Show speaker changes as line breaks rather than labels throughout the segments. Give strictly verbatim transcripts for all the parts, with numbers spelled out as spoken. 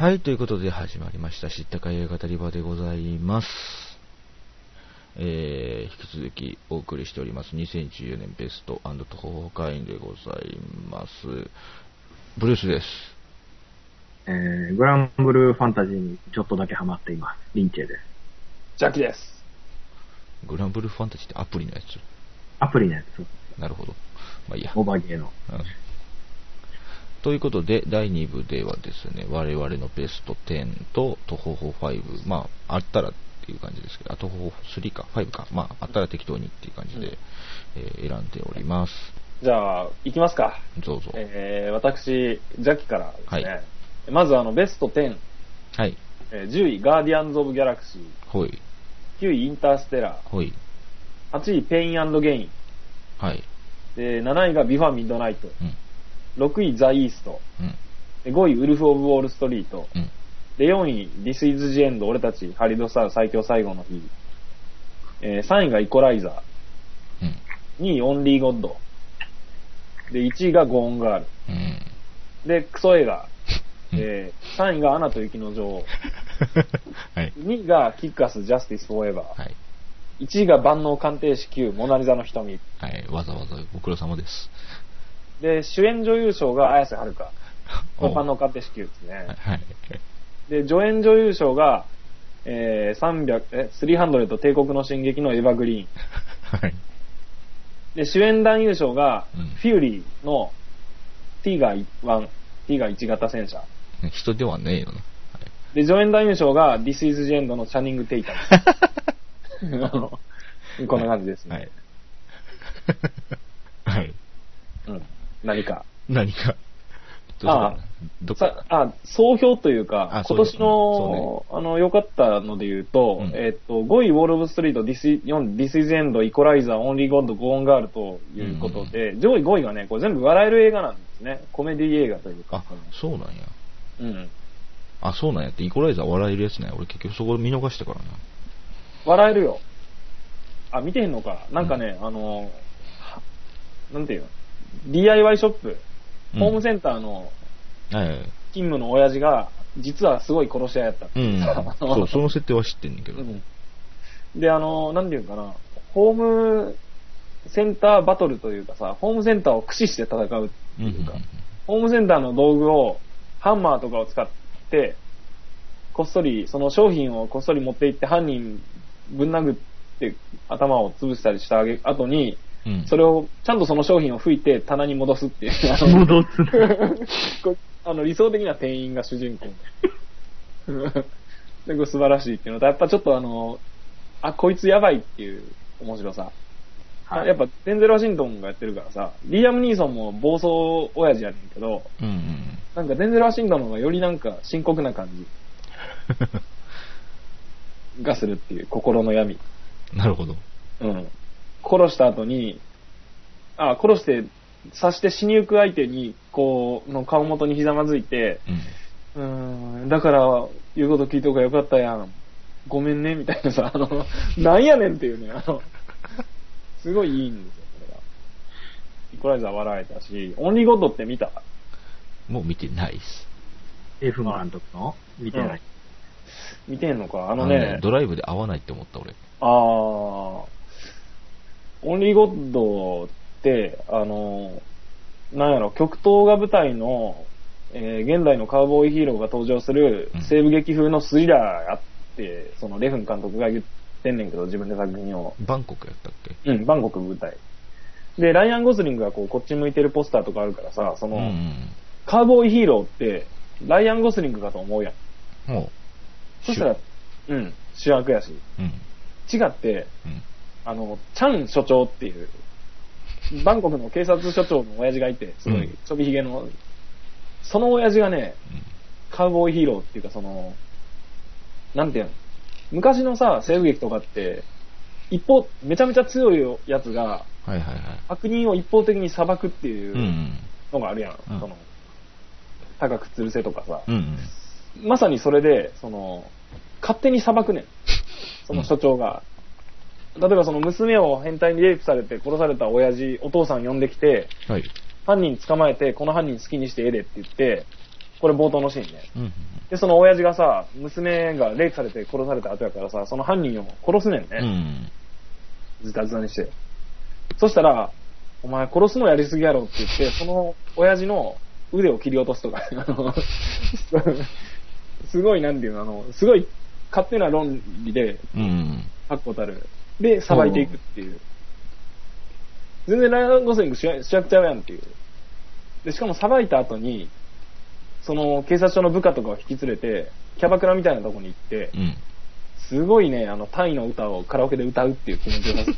はい、ということで始まりました、知ったか映画語り場でございます。えー、引き続きお送りしております、にせんじゅうよねんベスト&東宝会員でございます。ブルースです。
えー、グランブルーファンタジーにちょっとだけハマっています。リンチェです。
ジャキです。
グランブルーファンタジーってアプリのやつ？
アプリのやつ。
なるほど。まあいいや。
オーバーゲーの。
うん。ということで、だいに部ではですね、我々のベストじゅうとトホホファイブ、まあ、あったらっていう感じですけど、あとトホホスリーか、ファイブか、まあ、あったら適当にっていう感じで、うん、えー、選んでおります。
じゃあ、行きますか。
どうぞ。
えー、私、ジャキからですね、はい、まずあの、ベストじゅう。
はい。
えー、じゅうい、ガーディアンズ・オブ・ギャラクシー。
ほい。
きゅうい、インターステラー。
ほい。
はちい、ペイン&ゲイン。
はい。
で、なないがビファー・ミッドナイト。
うん。
ろくい、ザ・イースト。
うん。
でごい、ウルフ・オブ・ウォール・ストリート。
うん。
で、よんい、This is the End、俺たち、ハリド・スター最強最後の日。えー、さんいがイコライザー。
うん。
にい、オンリー・ゴッド。で、いちいがゴーン・ガール。
うん。
で、クソ映画。えー、さんいがアナと雪の女王。
はい。
にいがキックアス・ジャスティス・フォーエバー。
はい。
いちいが万能鑑定士きゅう、モナリザの瞳。
はい、わざわざご苦労様です。
で、主演女優賞が綾瀬はるか。万能鑑定士きゅうですね。
はい。
で、助演女優賞が、えー、さんびゃく、え、さんびゃく帝国の進撃のエヴァグリーン。
はい。
で、主演男優賞が、
うん、
フューリーのティーガーいち、ティーガーいち型戦車。
人ではねえよな。はい、
で、助演男優賞が This is the End のチャニング・テイタム。こんな感じですね。
はい。はい。
うん。何か。
何か。
あ
どこ
あ、総評というか、今年の、
ね、
あの、良かったので言うと、うん、えっ、ー、と、ごい、ウォール・オブ・ストリート、よん、This is the End、イコライザー、オンリー・ゴッド、ゴーン・ガールということで、うん、上位ごいがね、これ全部笑える映画なんですね。コメディ映画というか。
あ、そうなんや。
うん。
あ、そうなんやって、イコライザー笑えるやつね。俺結局そこ見逃したからな。
笑えるよ。あ、見てへんのか。なんかね、うん、あの、なんていうの ディーアイワイ ショップ、ホームセンターの勤務の親父が、実はすごい殺し屋やったっていうさ、
うん、そう、その設定は知ってんねんけど。うん、
で、あの、なんていうかな、ホームセンターバトルというかさ、ホームセンターを駆使して戦うっていうか、うん、ホームセンターの道具を、ハンマーとかを使って、こっそり、その商品をこっそり持って行って犯人ぶん殴って頭を潰したりした後に、うん、それを、ちゃんとその商品を拭いて棚に戻すっていう。
戻す
あの、理想的な店員が主人公。で、これ素晴らしいっていうのと、やっぱちょっとあの、あ、こいつやばいっていう面白さ。はい、やっぱ、デンゼル・ワシントンがやってるからさ、リアム・ニーソンも暴走親父やねんけど、
うんうん、
なんかデンゼル・ワシントンの方がよりなんか深刻な感じがするっていう心の闇。
なるほど。
うん。殺した後に、あ、殺して刺して死にゆく相手に、こう、の顔元にひざまずいて、うん、うーん、だから、言うこと聞いとくからよかったやん。ごめんね、みたいなさ、あの、なんやねんっていうね、あの、すごいいいんですよ、これが。イコライザー笑えたし、オンリーゴッドって見た？
もう見てないっす。
エフ監督の見てない。
うん、見てんのか、あのね、
あのね、ドライブで合わないって思った、俺。
あー、オンリーゴッドって、あの、なんやろ、極東が舞台の、えー、現代のカウボーイヒーローが登場する西部劇風のスリラーやって、うん、そのレフン監督が言ってんねんけど、自分で作品を。
バンコクやったっけ？
うん、バンコク舞台。で、ライアン・ゴズリングがこう、こっち向いてるポスターとかあるからさ、その、うんうん、カウボーイヒーローって、ライアン・ゴズリングかと思うやん。
ほう。
そしたら、うん、主役やし。
うん、
違って、
うん、
あの、チャン所長っていう、バンコクの警察署長の親父がいて、すごいちょびひげの、うん、その親父がね、うん、カウボーイヒーローっていうかその、なんていうの、昔のさ、西部劇とかって、一方、めちゃめちゃ強いやつが、
はいはいはい、
悪人を一方的に裁くっていうのがあるやん。うんうん、その高く吊るせとかさ、
うん
うん。まさにそれで、その、勝手に裁くねん。その所長が。うん、例えばその娘を変態にレイプされて殺された親父、お父さん呼んできて、
はい、
犯人捕まえて、この犯人好きにしてええでって言って、 これ冒頭のシーンね。
うん。
で、その親父がさ、娘がレイプされて殺された後やからさ、その犯人を殺すねんね。
うん。
ズタズタにして。そしたら、お前殺すのやりすぎやろって言って、その親父の腕を切り落とすとか、あのすごいなんていうの、あの、すごい勝手な論理で、
うん。
確固たる。で、さばいていくっていう。全然ライアン・ゴスリング主役ちゃうやんっていう。で、しかもさばいた後に、その警察署の部下とかを引き連れて、キャバクラみたいなとこに行って、
うん。
すごいね、あの、タイの歌をカラオケで歌うっていう気持ちを出す。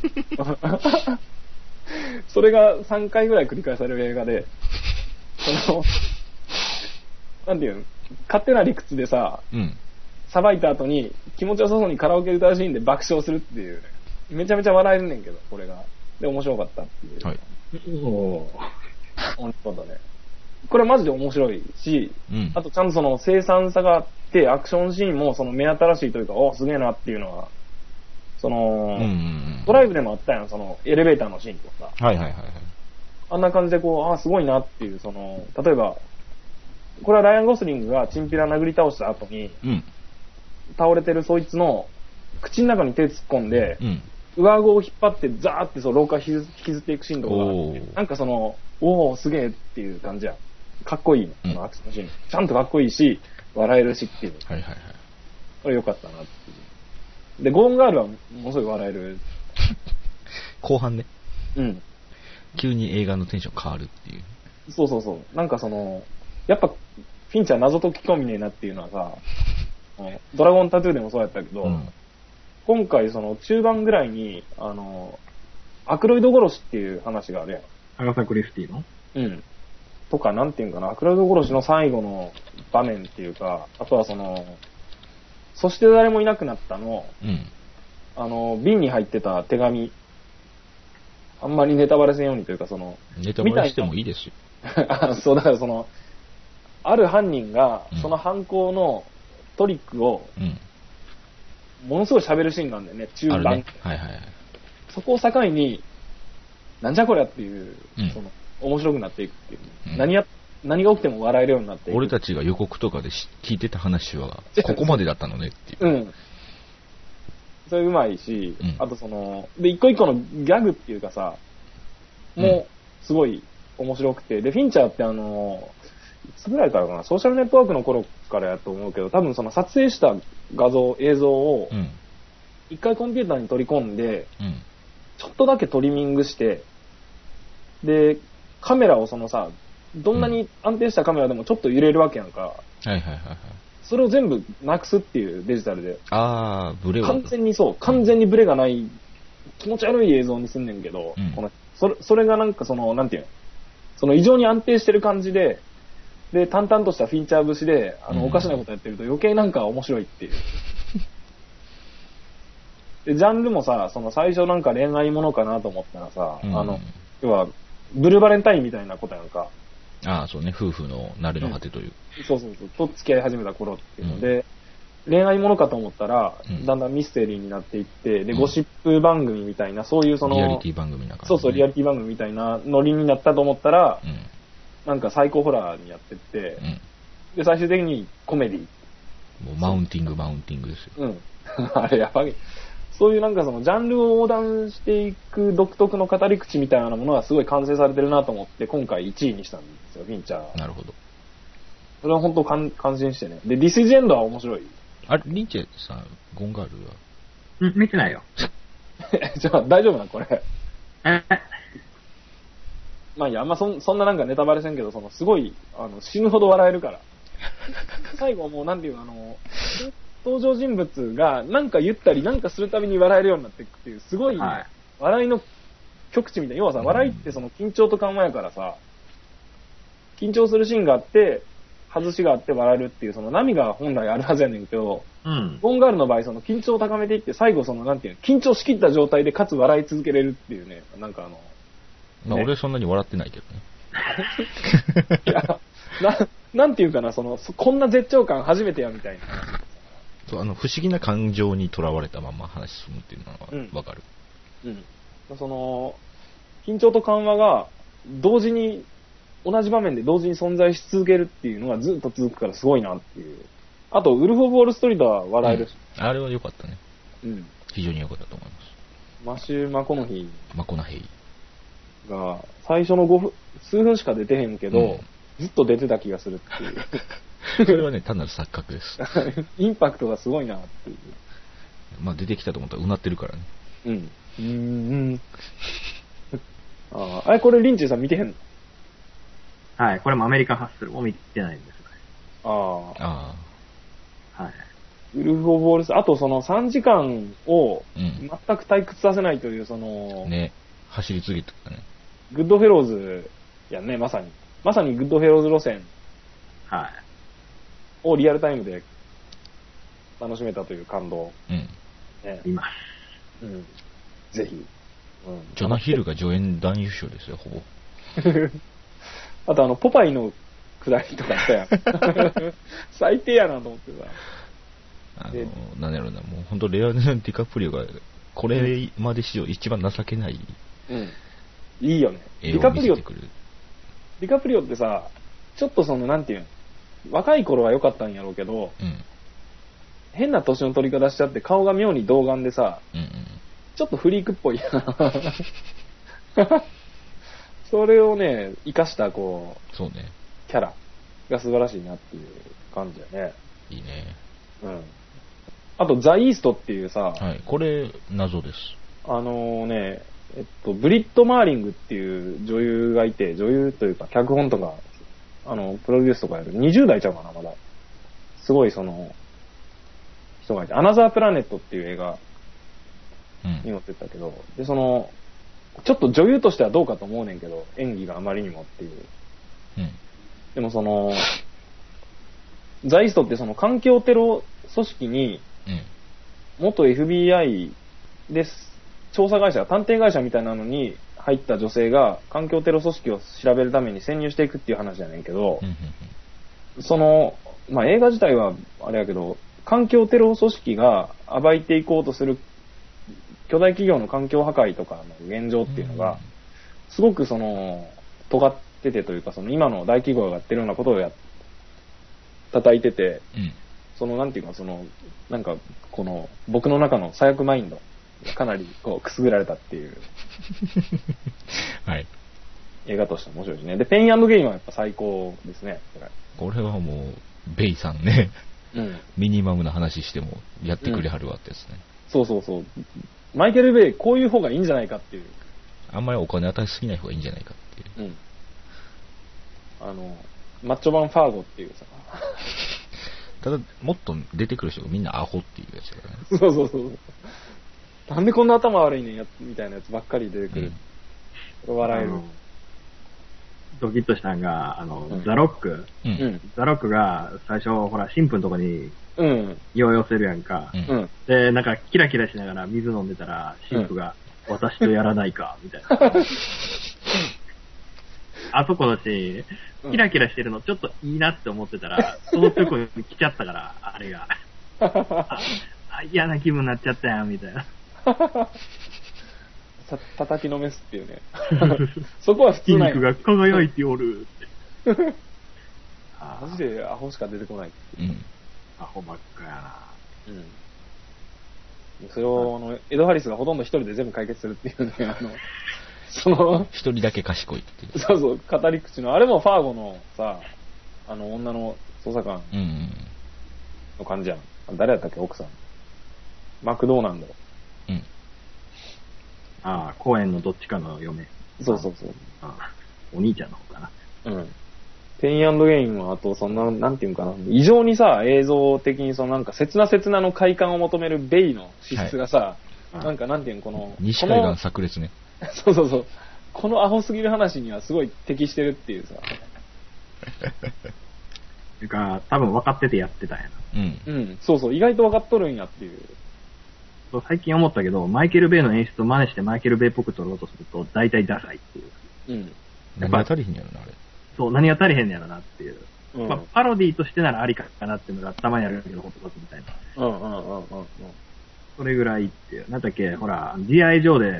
それがさんかいぐらい繰り返される映画で、その、なんていうの、勝手な理屈でさ、
うん。
さばいた後に気持ちよさそうにカラオケ歌うシーンで爆笑するっていう、ね、めちゃめちゃ笑えるねんけど、これが。で、面白かったっていう。
はい。
おー。
面白かったね。これマジで面白いし、
うん。
あとちゃんとその生産さがあって、アクションシーンもその目新しいというか、おすげえなっていうのは、その、
うんうんうん。
ドライブでもあったやん、そのエレベーターのシーンとか。
はいはいはいはい。
あんな感じでこう、あすごいなっていう、その、例えば、これはライアン・ゴスリングがチンピラ殴り倒した後に、
うん。
倒れてるそいつの口の中に手突っ込んで、
うん。
上顎を引っ張ってザーってそう廊下引きずっていくシーンとかがあって
おー
なんかその、おーすげえっていう感じやん。かっこいい、
うん
そのアクションシーン。ちゃんとかっこいいし、笑えるしっていう。
はいはいはい。
これ良かったなっていう。で、ゴーンガールはものすごい笑える。
後半ね、
うん。
急に映画のテンション変わるっていう。
そうそうそう。なんかその、やっぱ、フィンチャー謎解き興味ねえなっていうのはさ、ドラゴンタトゥーでもそうやったけど、
うん。
今回その中盤ぐらいに、あの、アクロイド殺しっていう話があるやん。
アガサ・クリスティの
うん。とか、なんていうんかな、アクロイド殺しの最後の場面っていうか、あとはその、そして誰もいなくなったの、
うん。
あの、瓶に入ってた手紙、あんまりネタバレせんようにというか、その、
ネタバレしてもいいですよ。
あそう、だからその、ある犯人が
うん、
その犯行のトリックを、
うん。
ものすごい喋るシーンがあるんだよね、中盤。
あるね。はいはいはい。
そこを境に、なんじゃこりゃっていう、
うん
その、面白くなっていくっていう。
うん
何や、何が起きても笑えるようになっていく。
俺たちが予告とかでし聞いてた話は、ここまでだったのねっていう。
うん。それうまいし、
うん
あとその、で、一個一個のギャグっていうかさ、もう、すごい面白くて、で、フィンチャーってあの、いつぐらいからかな、ソーシャルネットワークの頃からやと思うけど、多分その撮影した画像、映像を
う、ん。
一回コンピューターに取り込んで、
うん。
ちょっとだけトリミングして、で、カメラをそのさ、どんなに安定したカメラでもちょっと揺れるわけやんか。
はいはいはいはい。
それを全部なくすっていうデジタルで。
あー、ブレは。
完全にそう、完全にブレがない、気持ち悪い映像にすんねんけど、
うん
このそれそれがなんかその、なんていうの、その異常に安定してる感じで、で、淡々としたフィンチャー節で、あの、
うん
おかしなことやってると余計なんか面白いっていう。で、ジャンルもさ、その最初なんか恋愛ものかなと思ったらさ、
うん
あの、要は、ブルーバレンタインみたいなことやんか。
ああ、そうね。夫婦の慣れの果てという。
そうそうそう、と付き合い始めた頃っていうので、恋愛ものかと思ったら、
うん
だんだんミステリーになっていって、で、
うん
ゴシップ番組みたいな、そういうその、
リアリティ番組な感じ、ね。
そうそう、リアリティ番組みたいなノリになったと思ったら、
うん。
なんかサイコホラーにやってって、
うん。
で、最終的にコメディ。
もうマウンティング、マウンティングですよ。
うん。あれやばい。そういうなんかそのジャンルを横断していく独特の語り口みたいなものがすごい完成されてるなと思って、今回いちいにしたんですよ、フィンチャー。
なるほど。
それは本当感感心してね。で、ディスジェンドは面白い。
あれ、リンチェさん、ゴンガールは
うん、見てないよ。
じゃあ大丈夫なこれ。
え
まあいいや、あんまそんそんななんかネタバレせんけど、そのすごい、あの、死ぬほど笑えるから。最後もうなんていうのあの、登場人物がなんか言ったりなんかするたびに笑えるようになっていくっていう、すごい、
はい
笑いの極致みたいな。要はさ、笑いってその緊張と緩和やからさ、緊張するシーンがあって、外しがあって笑えるっていう、その波が本来あるはずやねんけど、
うん。
ボンガールの場合、その緊張を高めていって、最後そのなんていうの、緊張しきった状態でかつ笑い続けれるっていうね、なんかあの、
まあ、
ね
俺そんなに笑ってないけどね。
いや、な、なんていうかな、その、そこんな絶頂感初めてやみたいな。
そう、あの、不思議な感情にとらわれたまま話進むっていうの
うん
はわかる。
うん。その、緊張と緩和が同時に同じ場面で同時に存在し続けるっていうのがずっと続くからすごいなっていう。あと、ウルフ・オブ・ウォール・ストリートは笑えるし、
うん、あれは良かったね。
うん。
非常に良かったと思います。
マシュー・マコノヒ
マコナヘイ
ーが、最初のごふん、数分しか出てへんけど、うん、ずっと出てた気がするっていう。
それはね、単なる錯覚です。
インパクトがすごいなっていう。
まあ出てきたと思ったらうなってるからね。
うん。うーん。ああ、あれこれリンチェさん見てへんの？
はい、これもアメリカンハッスルも見てないんですね。
ああ。
あ
あ。はい。ウルフ・オブ・ウォールス、あとそのさんじかんを全く退屈させないという、その、
うん、ね、走り続けてたね。
グッドフェローズやんね、まさに。まさにグッドフェローズ路線。
はい。
をリアルタイムで楽しめたという感動。
うん。ね、います。
うん。ぜひ。
うん、ジョナヒルが助演男優賞ですよ、ほぼ。
あとあの、ポパイの下りとかあったやん。最低やなと思ってさ。
あの、なんやろうな、もう本当レアル・ディカプリオが、これまで史上一番情けない。
うん。いいよね。ディカプリオ、ディカプリオってさ、ちょっとその、なんていうの、若い頃は良かったんやろうけど、うん、変な年の取り方しちゃって顔が妙に童顔でさ、うんうん、ちょっとフリークっぽい。それをね、活かしたこう、
そうね、
キャラが素晴らしいなっていう感じだね。
いいね。
うん。あと、ザ・イーストっていうさ、
はい、これ、謎です。
あのー、ね、えっと、ブリット・マーリングっていう女優がいて、女優というか、脚本とか、あの、プロデュースとかやる。にじゅう代ちゃうかな、まだ。すごい、その、人がいて、アナザー・プラネットっていう映画に載ってたけど、うん、で、その、ちょっと女優としてはどうかと思うねんけど、演技があまりにもっていう。うん、でもその、ザイストってその環境テロ組織に、元 エフビーアイ です。調査会社、探偵会社みたいなのに入った女性が環境テロ組織を調べるために潜入していくっていう話じゃねんけど、その、まあ、映画自体はあれやけど、環境テロ組織が暴いていこうとする巨大企業の環境破壊とかの現状っていうのが、すごくその、尖っててというか、その今の大企業がやってるようなことをや、叩いてて、うん、そのなんていうか、その、なんか、この、僕の中の左翼マインド、かなりこう、くすぐられたっていう。
はい。
映画として面白いしね。で、ペイン&ゲインはやっぱ最高ですね。これ、
これはもう、ベイさんね。
うん。
ミニマムな話してもやってくれはるわってですね、
うん。そうそうそう。マイケル・ベイ、こういう方がいいんじゃないかっていう。
あんまりお金与えすぎない方がいいんじゃないかっていう。
うん。あの、マッチョ版ファーゴっていうさ。
ただ、もっと出てくる人がみんなアホっていうやつだからね。
そうそうそう。なんでこんな頭悪いねんやみたいなやつばっかり出てくる。うん、笑える。
ドキッとしたんが、あの、うん、ザ・ロック、うん。ザ・ロックが最初、ほら、神父のとこに、うん。身を寄せるやんか。うん。で、なんか、キラキラしながら水飲んでたら、神父が、うん、私とやらないか、みたいな。あそこのシーン、キラキラしてるのちょっといいなって思ってたら、そのとこに来ちゃったから、あれが。ああ、嫌な気分になっちゃったやん、みたいな。
た、叩きのめすっていうね。そこは普通ない。
筋肉が輝いておるって。
マジでアホしか出てこないっていう。
うん。アホばっかやな。
うん。それを、あの、エド・ハリスがほとんど一人で全部解決するっていうね、あの、その、
一人だけ賢いっていう。
そうそう、語り口の、あれもファーゴのさ、あの、女の捜査官の感じやん。うんうん、誰やったっけ、奥さん。マクドーナルド。うん。
ああ、公園のどっちかの嫁。
そうそうそう。
ああ、お兄ちゃんの方かな。
うん。ペイン&ゲインは、あと、そんな、なんていうんかな、異常にさ、映像的にそのなんか、切な切なの快感を求めるベイの資質がさ、はい、なんかなんていうん、この、
西海岸炸裂ね。
そうそうそう。このアホすぎる話にはすごい適してるっていうさ。
ていうか、多分分かっててやってたんやな。
うん。うん。そうそう。意外と分かっとるんやっていう。
そう、最近思ったけど、マイケル・ベイの演出を真似してマイケル・ベイっぽく撮ろうとすると、大体ダサいっていう。
うん。
何が足りへんやろな、あれ。
そう、何が足りへんやろなっていう。うん、まあ、パロディとしてならありかなっていうのがたまにあるけど、ホットドッグみたいな。
うんうんうんうんうん。
それぐらいっていう。なんだっけ、ほら、ジーアイ ジョーで、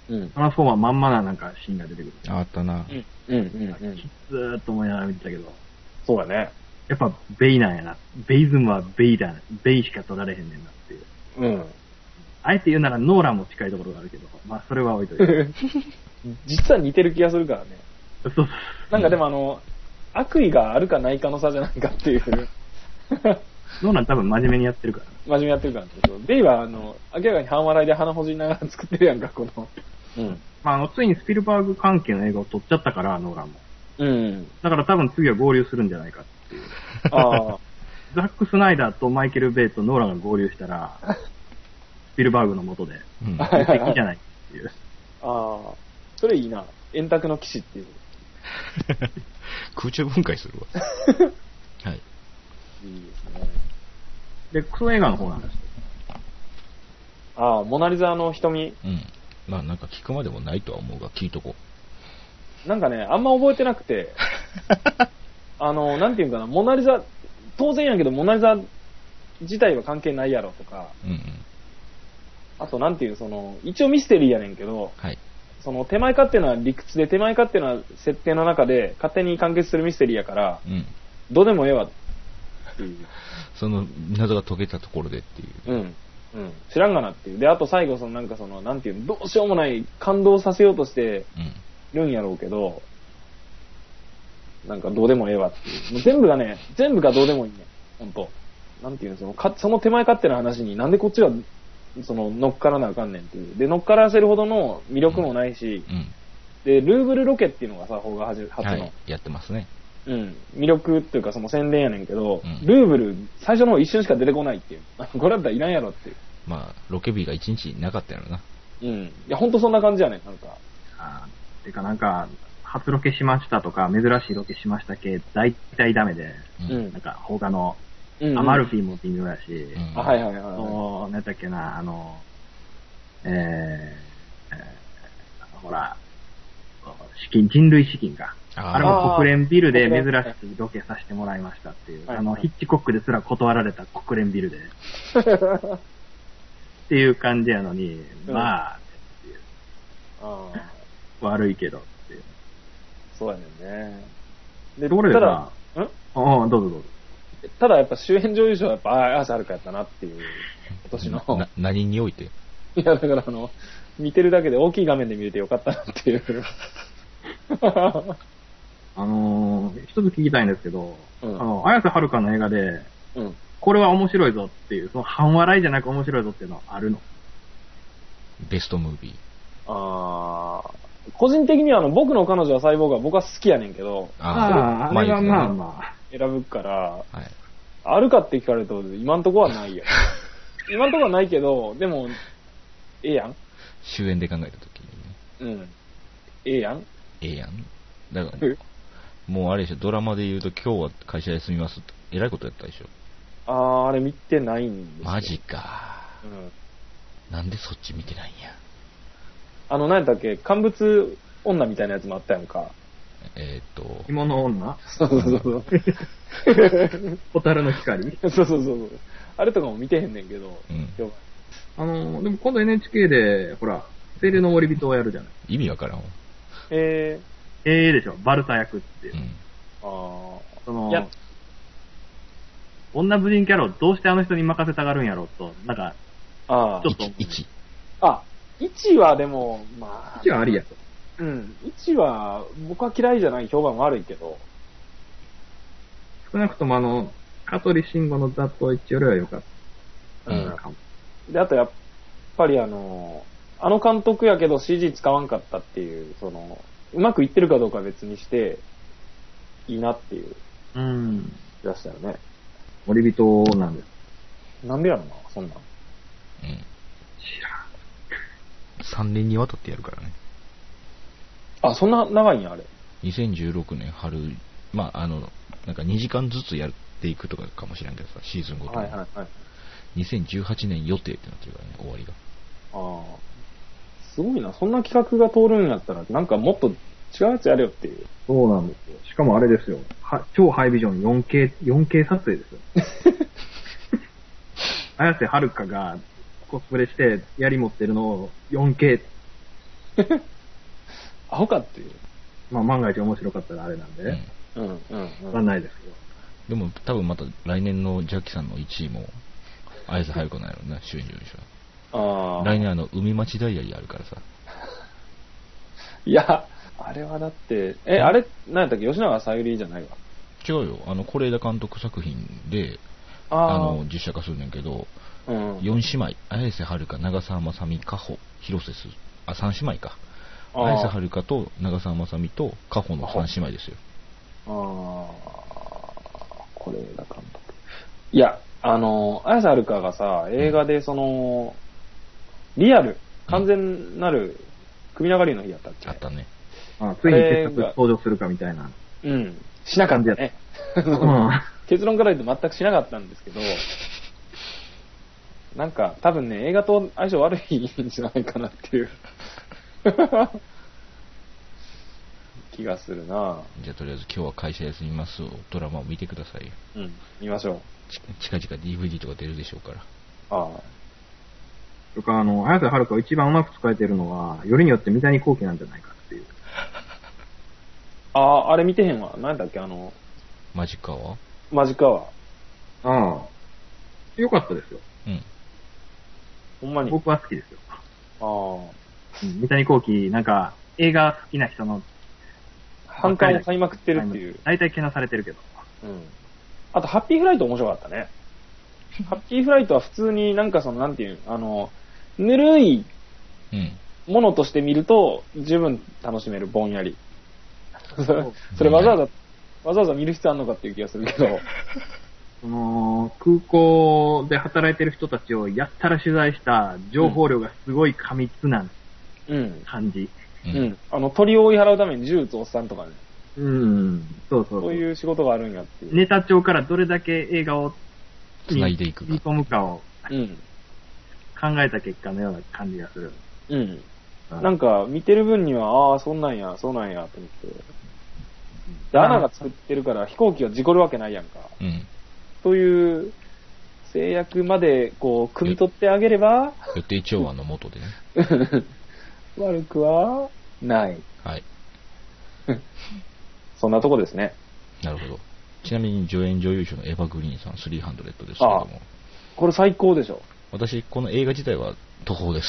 うん、トランスフォーマーまんまななんかシーンが出てくる。
あったな。
うん。うんうんうん。
きつーっと思いながら見てたけど。
そうだね。
やっぱ、ベイなんやな。ベイズムはベイだ。ベイしか取られへんねんなっていう。
うん。
あえて言うならノーランも近いところがあるけど、まあそれは置いといて。
実は似てる気がするからね。
そうそう。
なんかでもあの、悪意があるかないかの差じゃないかっていう。
ノーラン多分真面目にやってるから。
真面目にやってるからね。ベイはあの、明らかに半笑いで鼻ほじりながら作ってるやんか、この。
うん。まああの、ついにスピルバーグ関係の映画を撮っちゃったから、ノーランも。
うん。
だから多分次は合流するんじゃないかっていう。
ああ。
ザック・スナイダーとマイケル・ベイとノーランが合流したら、スピルバーグの下で、うん、敵じゃないっていう。
ああ。それいいな。円卓の騎士っていう。
空中分解するわ。はい。
いいですね。
で、クソ映画の方なんですよ。
ああ、モナリザの瞳。
うん。まあなんか聞くまでもないとは思うが、聞いとこ
う。なんかね、あんま覚えてなくて、あの、なんていうんかな、モナリザ、当然やけど、モナリザ自体は関係ないやろとか、うんうん、あとなんていう、その、一応ミステリーやねんけど、はい、その手前勝手な理屈で手前勝手な設定の中で勝手に完結するミステリーやから、うん、どうでもええわっていう。
その謎が解けたところでっていう。
うん。うん。知らんがなっていう。で、あと最後、そのなんかその、なんていうの、どうしようもない感動させようとしてるんやろうけど、うん、なんかどうでもええわっていう。もう全部がね、全部がどうでもいいね。ほんと。なんていうの、その、か、その手前勝手な話になんでこっちが、その、乗っからなあかんねんっていう。で、乗っからせるほどの魅力もないし、うんうん、で、ルーブルロケっていうのがさ、方が初の、はい。
やってますね。
うん。魅力っていうかその宣伝やねんけど、うん、ルーブル、最初の方一瞬しか出てこないっていう。これだったらいらんやろっていう。
まあ、ロケ日が一日なかったやろな。
うん。いや、ほんとそんな感じやねん、なんか。
あーてかなんか、初ロケしましたとか、珍しいロケしました系、大体ダメで、うん、なんか他の、うんうん、アマルフィも微妙やし、うん、
あ、はいはいはい。
そう、なんだっけな、あの、えー、えー、ほら、資金、人類資金が。あ, あれも国連ビルで珍しくロケさせてもらいましたっていう。あの、ヒッチコックですら断られた国連ビルで。っていう感じやのに、うん、まあ、っていう。あ悪いけどっていう。
そうやねんね。で、
ところでさ、んああ、どうぞどうぞ。
ただやっぱ主演女優賞はやっぱ、ああ、綾瀬はるかやったなっていう、今年の。
な、何においてい
や、だからあの、見てるだけで大きい画面で見れてよかったなっていう。
あのー、一つ聞きたいんですけど、うん、あの、綾瀬はるかの映画で、うん、これは面白いぞっていう、その半笑いじゃなく面白いぞっていうのはあるの？
ベストムービー。
あー、個人的にはあの、僕の彼女はサイボーグは僕は好きやねんけど、
ああ、あれはまあまあ。
選ぶから、はい、あるかって聞かれると、今んとこはないよ。今んとこはないけど、でも、ええやん。
主演で考えたとき
にね。うん。ええやん。
ええやん。だから、もうあれでしょ、ドラマで言うと今日は会社休みますって、えらいことやったでしょ。
あー、あれ見てないんですよ。
マジか。うん。なんでそっち見てないんや。
あの、何やったっけ、乾物女みたいなやつもあったやんか。
えっ、ー、と。
紐の女
そうそうそう。
ホタルの光
そうそうそう。あれとかも見てへんねんけど。うん。
あの、でも今度 エヌエイチケー で、ほら、清流の森人をやるじゃない。
意味わからんわ。
えー。
ええでしょ、バルサ役って。うん、
ああ。
その、女武人キャラをどうしてあの人に任せたがるんやろうと、なんか、
あ
ちょっと。
いち。
あ、いちはでも、まあ。
いちはありやと。
うん。いちは、僕は嫌いじゃない評判悪いけど。
少なくともあの、香取慎吾のザットいちよりは良かった。うん。
で、あとやっぱりあの、あの監督やけど シージー 使わんかったっていう、その、うまくいってるかどうかは別にして、いいなっていう。
うん。
気がしたよね。
森人なんです。
なんでやろな、そんなん。うん。
知らん。さんねんにわたってやるからね。
あ、そんな長いんや、あれ。
にせんじゅうろくねん春、まあ、あの、なんかにじかんずつやっていくとかかもしれんけどさ、シーズンごとに。はいはいはい。にせんじゅうはちねん予定ってなってるからね、終わりが。
ああ。すごいな。そんな企画が通るんやったら、なんかもっと違うやつやれよっていう。
そうなんですよ。しかもあれですよ。は超ハイビジョン よんケー、よんケー 撮影ですよ。綾瀬はるかがコスプレして槍持ってるのを よんケー
アホかっていう。
まあ万が一面白かったらあれなんで、うん、うん、うん。わかんないですけど。
でも多分また来年のジャッキさんのいちいも、綾瀬はるかなんやろな、収入賞。ああ。来年あの、海町ダイアリーあるからさ。
いや、あれはだって、え、あれ、何やったっけ、吉永小百合じゃないわ。
違うよ、あの、是枝監督作品で、あ, あの、実写化するんだけど、うん、よん姉妹、綾瀬はるか、長澤まさみ、かほ、広瀬す、あ、さん姉妹か。綾瀬はるかと長澤まさみとかほのさん姉妹ですよ。あ
あ、是枝監督。いや、あの、綾瀬はるかがさ、映画でその、うん、リアル、完全なる、首長竜の日やったっけ、
あったね。
ああ、ついに傑作登場するかみたいな。
うん。しなかったね。うん、結論から言うと全くしなかったんですけど、なんか多分ね、映画と相性悪いんじゃないかなっていう気がするな。
じゃあとりあえず今日は会社休みますをドラマを見てくださいよ。
うん、見ましょう。
近々 ディーブイディー とか出るでしょうから。
ああ。とか、あの、綾瀬はるかを一番うまく使えてるのは、よりによって三谷幸喜なんじゃないかっていう。
ああ、あれ見てへんわ。何だっけ、あの、
マジカワ
マジカワ。
ああ。よかったですよ。
うん。
ほんまに。
僕は好きですよ。あ
あ。
うん、三谷幸喜、なんか、映画好きな人の、
反感を買いまくってるっていう。
大体けなされてるけど。
うん。あと、ハッピーフライト面白かったね。ハッピーフライトは普通になんかその、なんていう、あの、ぬるいものとして見ると、十分楽しめる、ぼんやり。それわざわざ、わざわざ見る必要あるのかっていう気がするけど。
その、空港で働いてる人たちをやったら取材した情報量がすごい過密な感じ。
うん。うん。あの、鳥を追い払うために銃撃つおっさんとかね。
うん。そうそうそう。
そういう仕事があるんやっていう。
ネタ帳からどれだけ映画を
繋いでいくか。
見込むかを、
うん。
考えた結果のような感じがする。
うん。なんか、見てる分には、ああ、そんなんや、そうなんや、と思って。で、アナが作ってるから飛行機は事故るわけないやんか。
うん。
という制約まで、こう、汲み取ってあげれば。
予定調和のもとでね。
悪くはない。
はい。
そんなとこですね。
なるほど。ちなみに助演女優賞のエヴァグリーンさんさんびゃくですけども。ああ、
これ最高でしょ。
私、この映画自体は途方です。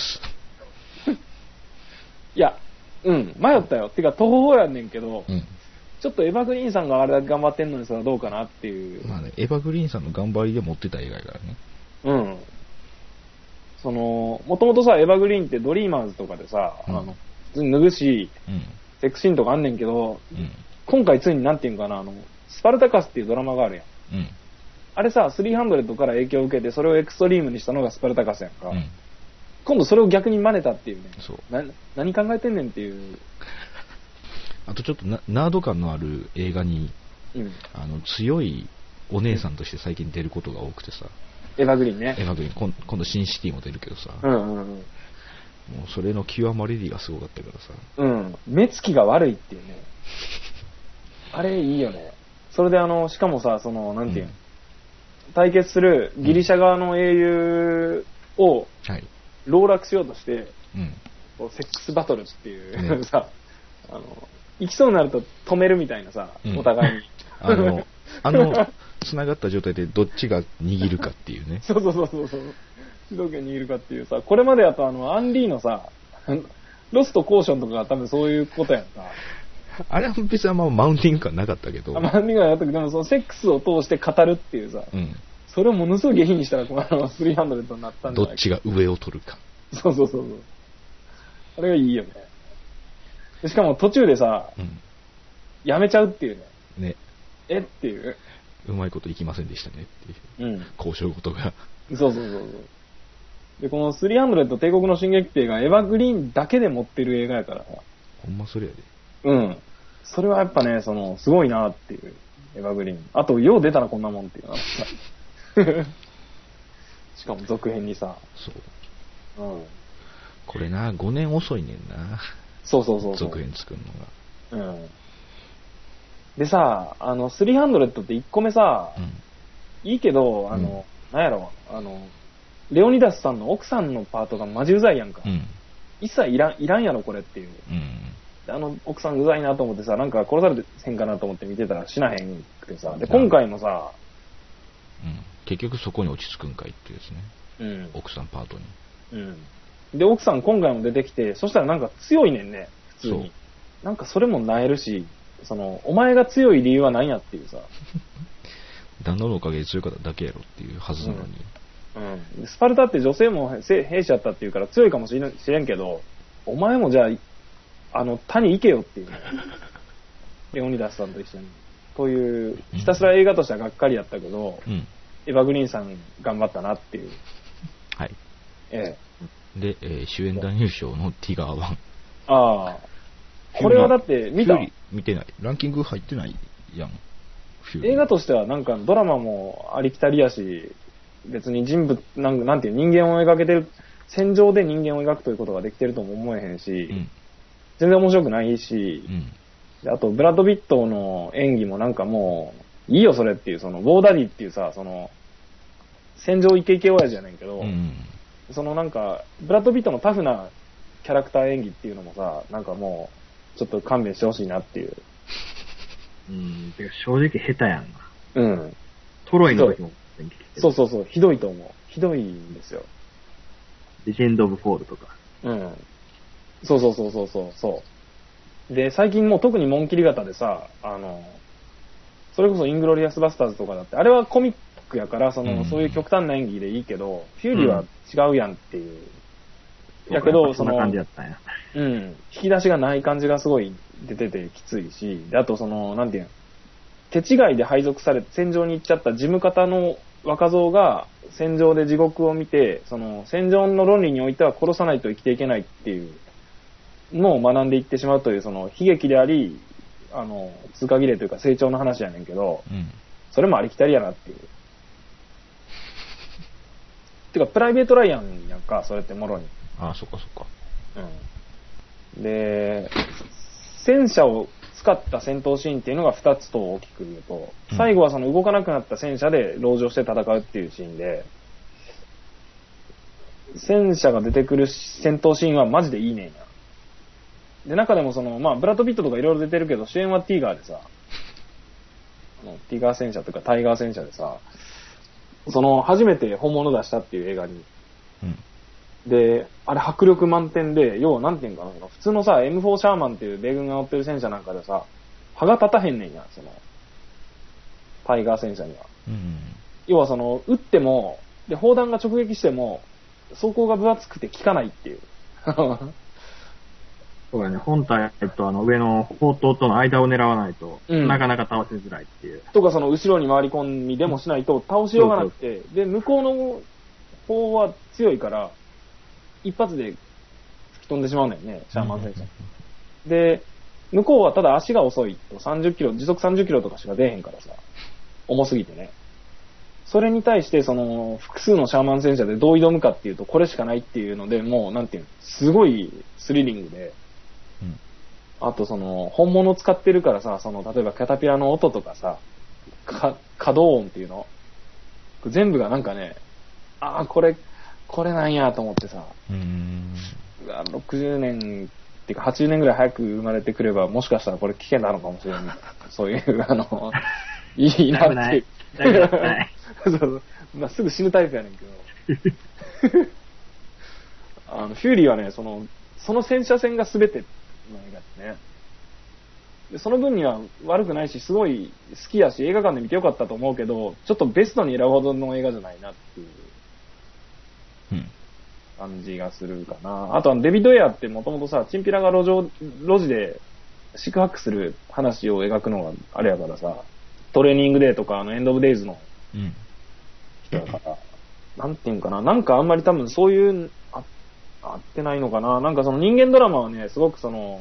いや、うん、迷ったよ。てか途方やねんけど、
うん、
ちょっとエヴァグリーンさんがあれだけ頑張ってんのにそれはどうかなっていう。
まあね、エヴァグリーンさんの頑張りで持ってた映画やからね。
うん。その、もともとさ、エヴァグリーンってドリーマーズとかでさ、うん、あの、普通に脱ぐし、うん、セクシーンとかあんねんけど、うん、今回ついになんていうんかな、あの、スパルタカスっていうドラマがあるやん。うん、あれさ、さんびゃくから影響を受けて、それをエクストリームにしたのがスパルタカスやんか。うん、今度それを逆に真似たっていうね。
そう。
な、何考えてんねんっていう。
あとちょっとなナード感のある映画に、うん、あの強いお姉さんとして最近出ることが多くてさ。
エヴァグリーンね。
エヴァグリーン。今, 今度シンシティも出るけどさ。
うんうんうん。
もうそれの極まりがすごかったからさ。
うん。目つきが悪いっていうね。あれいいよね。それであの、しかもさ、その、なんていうの、うん、対決するギリシャ側の英雄を、はい。籠絡しようとして、うん、こうセックスバトルっていう、ね、さ、あの、行きそうになると止めるみたいなさ、うん、お互いに。
あの、あの、繋がった状態でどっちが握るかっていうね。
そうそうそうそうそう。主導権握るかっていうさ、これまでやとあの、アンリーのさ、ロストコーションとかが多分そういうことやんか。
あれは別にあんまマウンティング感なかったけど。
マウンティング感なかったけど、でもそのセックスを通して語るっていうさ、うん、それをものすごい下品にしたら、このさんびゃくになったんじゃないか。
どっちが上を取るか。
そうそうそうそう。あれがいいよね。しかも途中でさ、うん、やめちゃうっていうね。
ね。
えっていう。
うまいこといきませんでしたねっていう。うん。交渉事が。
そうそうそうそう。で、このさんびゃく帝国の進撃兵がエヴァグリーンだけで持ってる映画やから。
ほんまそれやで。
うん。それはやっぱね、その、すごいなっていう。エヴァグリーン。あと、よう出たらこんなもんっていうな。しかも続編にさ。
そう。うん。これな、ごねん遅いねんな。
そうそうそうそう。
続編作るのが。うん。
でさ、あの、さんびゃくっていっこめさ、うん、いいけど、あの、うん、なんやろ、あの、レオニダスさんの奥さんのパートがマジうざいやんか。うん。 一切いらん、いらんやろこれっていう。
うん。
あの、奥さんうざいなと思ってさ、なんか殺されてへんかなと思って見てたら死なへんくてさ、で、今回もさ、
うん。結局そこに落ち着くんかいっていうですね。
うん。
奥さんパートに。
うん。で、奥さん今回も出てきて、そしたらなんか強いねんね、普通に。なんかそれもなえるし、その、お前が強い理由は何やっていうさ。
旦那のおかげで強かっただけやろっていうはずなのに。
うん。うん、スパルタって女性も兵士やったっていうから強いかもしれん知れんけど、お前もじゃあ、あの、他に行けよっていう、ね。レオニダスさんと一緒に。という、ひたすら映画としてはがっかりやったけど、うん、エヴァグリーンさん頑張ったなっていう。
はい。
え
え。で、えー、主演男優賞のティガーワン。
ああ。これはだって見た？
見てない。ランキング入ってないやん。
映画としてはなんかドラマもありきたりやし、別に人物、なんなんていう人間を描けてる、戦場で人間を描くということができてるとも思えへんし、うん、全然面白くないし、うん、あとブラッド・ピットの演技もなんかもう、いいよそれっていう、その、ウォーダディっていうさ、その、戦場イケイケ親父じゃないけど、うん、そのなんか、ブラッド・ピットのタフなキャラクター演技っていうのもさ、なんかもう、ちょっと勘弁してほしいなっていう。
うん、てか正直下手やんな。
うん。
トロイの時も演技してる。
そうそうそう、ひどいと思う。ひどいんですよ。
レジェンド・オブ・フォールとか。
うん。そうそうそうそうそうそう。で、最近もう特に紋切り型でさ、あの、それこそイングロリアス・バスターズとかだって、あれはコミックやから、その、うん、そういう極端な演技でいいけど、フューリーは違うやんっていう。うん、やけど、
その、そんな感じだったんや。
うん。引き出しがない感じがすごい出ててきついし、であとその、なんていうの、手違いで配属されて戦場に行っちゃった事務方の若造が戦場で地獄を見て、その戦場の論理においては殺さないと生きていけないっていうのを学んでいってしまうという、その悲劇であり、あの、通過儀礼というか成長の話やねんけど、うん、それもありきたりやなっていう。てか、プライベートライアンやんか、それってもろに。
ああ、そっかそっか。
うん。で、戦車を使った戦闘シーンっていうのがふたつと大きく言うと、最後はその動かなくなった戦車で籠城して戦うっていうシーンで、戦車が出てくる戦闘シーンはマジでいいねんや。で、中でもその、まあ、ブラッド・ピットとかいろいろ出てるけど、主演はティーガーでさ、あのティーガー戦車というかタイガー戦車でさ、その、初めて本物出したっていう映画に。うん、で、あれ迫力満点で、要はなんていうんかな、普通のさ、エムフォー シャーマンっていう米軍が乗ってる戦車なんかでさ、歯が立たへんねんや、その、タイガー戦車には。うん、要はその、撃っても、で、砲弾が直撃しても、装甲が分厚くて効かないっていう。
そうだね、本体とあの上の砲塔との間を狙わないと、うん、なかなか倒しづらいっていう。
とかその後ろに回り込みでもしないと倒しようがなくて、で、向こうの砲は強いから、一発で吹き飛んでしまうねんね、シャーマン戦車。うん、で、向こうはただ足が遅いとさんじゅっキロ、時速さんじゅっキロとかしか出へんからさ、重すぎてね。それに対してその複数のシャーマン戦車でどう挑むかっていうとこれしかないっていうので、もうなんていうの、すごいスリリングで、うん、あとその本物使ってるからさ、その例えばキャタピラの音とかさ、か可動音っていうの全部がなんかね、ああこれこれなんやと思ってさ、うーんろくじゅうねんっていうかはちじゅうねんぐらい早く生まれてくればもしかしたらこれ危険なのかもしれない。そういうあのいいなっていう。そうそう、まあ、すぐ死ぬタイプやねんけど。あのフューリーはね、そのその戦車戦が全ての映画ですね。でその分には悪くないし、すごい好きやし、映画館で見てよかったと思うけど、ちょっとベストに選ぶほどの映画じゃないなっていう感じがするかな。あとはデビッド・エアってもともとさ、チンピラが路上、路地で宿泊する話を描くのがあれやからさ、トレーニングデーとかあのエンド・オブ・デイズの人だから、うん、なんていうんかな、なんかあんまり多分そういう、あ、合ってないのかな。なんかその人間ドラマはね、すごくその、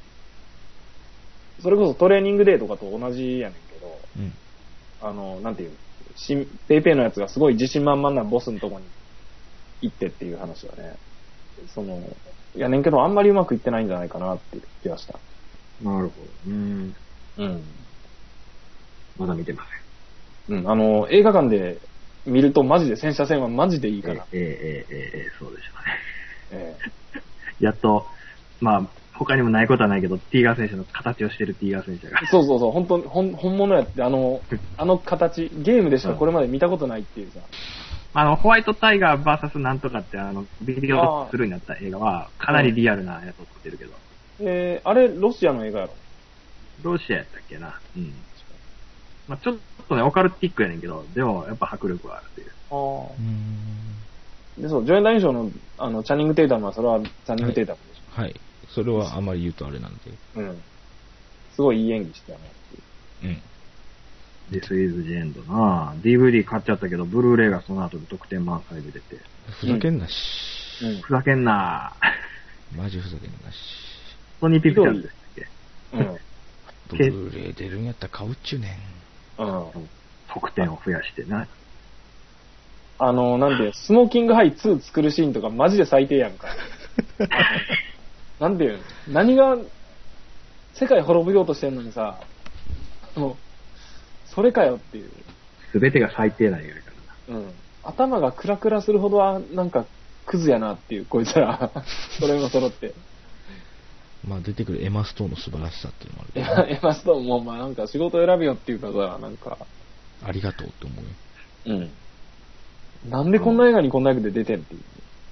それこそトレーニングデーとかと同じやねんけど、うん、あの、なんていう、ペイペイのやつがすごい自信満々なボスのとこに行ってっていう話はね、その、やねんけどあんまりうまくいってないんじゃないかなっていう気がした。
なるほど。うん。うん。まだ見てま
せん。うん、あの、映画館で見るとマジで戦車戦はマジでいいから。
ええええええそうでしょうね。
え
やっと、まあ、他にもないことはないけど、ティーガー選手の形をしてるティーガー選手が。
そうそうそう、本当本本物やって、あの、あの形、ゲームでしかこれまで見たことないっていうさ。
あの、ホワイトタイガー ブイエス なんとかって、あの、ビデオスルーになった映画は、かなりリアルなやつを撮ってるけど。
えー、あれ、ロシアの映画やろ？
ロシアやったっけな。うん。まあちょっとね、オカルティックやねんけど、でも、やっぱ迫力はあるっていう。ああ。
で、そう、助演男優賞の、あの、チャニング・テイタムは、それはチャニング・テイタムでし
ょ。はい。はい、それはあまり言うとあれなんで。
うん。すごいいい演技してたねっていう。
うん。
This is the end なぁ。ディーブイディー 買っちゃったけど、ブルーレイがその後で特典満載で出て。
ふざけんなし。
うん。ふざけんな
ぁ。マジふざけんなし。
ソニーピクチャーズでしたっけ？
うん。
ブルーレイ出るんやったら買うっちゅうねん。
うん。
特典を増やしてな。
あの、なんで、スモーキングハイツー作るシーンとかマジで最低やんか。なんで、何が、世界滅びようとしてんのにさ、もう、それかよっていう。
すべてが最低なんやから
な。うん。頭がクラクラするほどは、なんか、クズやなっていう、こいつら。それも揃って。
まあ出てくるエマストーンの素晴らしさっていうのもあるけ
ど、ね。エマストーンも、まあなんか仕事選べよっていうかさ、なんか。
ありがとうって思うよ。
うん。なんでこんな映画にこんな役で出てんっていう。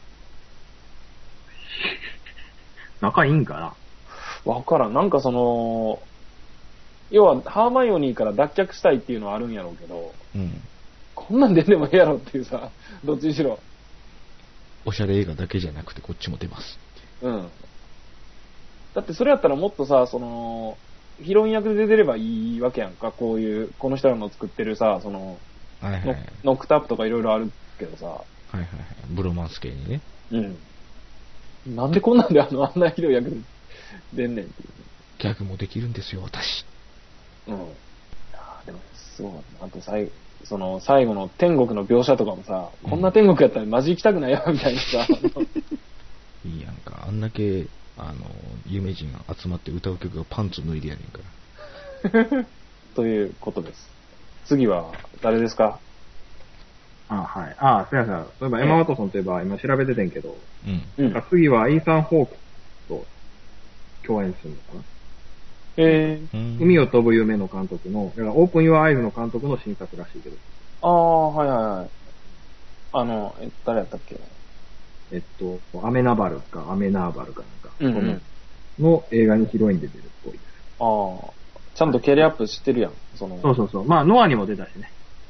仲いいんか
な？わからん。なんかその、要はハーマイオニーから脱却したいっていうのはあるんやろうけど、
うん、
こんなん出てもええやろっていうさ、どっちにしろ。
おしゃれ映画だけじゃなくてこっちも出ます
って。うん。だってそれやったらもっとさ、その、ヒロイン役で出てればいいわけやんか。こういう、この人らの作ってるさ、その、
はいはいはい、
ノックタップとかいろいろあるけどさ。
はいはいはい。ブロマンス系にね。
うん。なんでこんなんであの、あんなひどい役で出んねんっていう。
ギャグもできるんですよ、私。
うん。いやでも、すごい。あと最後、その、最後の天国の描写とかもさ、うん、こんな天国やったらマジ行きたくないよ、みたいなさ。
いいやんか。あんだけ、あの、有名人が集まって歌う曲がパンツ脱いでやねん
から。ということです。次は、誰ですか？
あはい。ああ、そうやそうや。そういえば、エマ・ワトソンといえば、今調べててんけど、
うん。
なんか次はイーサン・ホークと共演するのかな。
え
ー、海を飛ぶ夢の監督の、だからオープン・ユア・アイズの監督の新作らしいけど。
ああ、はいはいはい。あの、え、誰やったっけ？
えっと、アメナバルか、アメナーバルかなんか、
うんうん、
の映画にヒロインで出るっぽいです。
ああ。ちゃんとキャリアアップしてるやん。その
そうそうそう。まあ、ノアにも出たしね。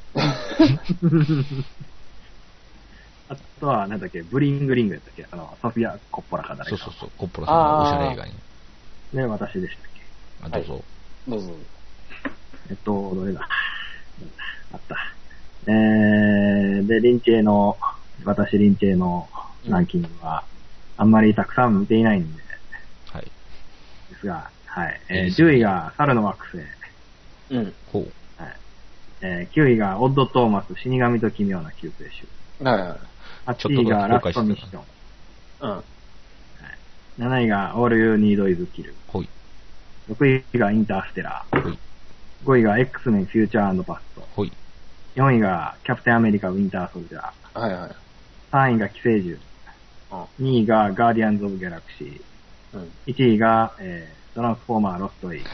あとは、なんだっけ、ブリングリングやったっけ、あの、ソフィア・コッポラか誰か。
そうそうそう、コッポラさんのおしゃれ映画に。
ね、私でしたっ
け。あ、どうぞ。はい、
どうぞ。
えっと、どれだ。あった。えー、で、リンチェの、私リンチェのランキングは、あんまりたくさん見ていないんで。
はい。
ですが、はい。えー、じゅういが猿の惑星。
うん。
ほう。
はい。えー、きゅういがオッド・トーマス、死神と奇妙な救世主。
はいはい。
はちいがラストミッション。
うん。はい。
なないが All You Need Is Kill。
ほい。
ろくいがインターステラー。
ほい。
ごいが X メンフューチャー&パスト。
ほい。
よんいがキャプテンアメリカウィンターソルジャ
ー。はいはい。
さんいが寄生獣。
うん、
にいがガーディアンズ・オブ・ギャラクシー。
うん、
いちいが、えー、トランスフォーマー・ロスト・エイ。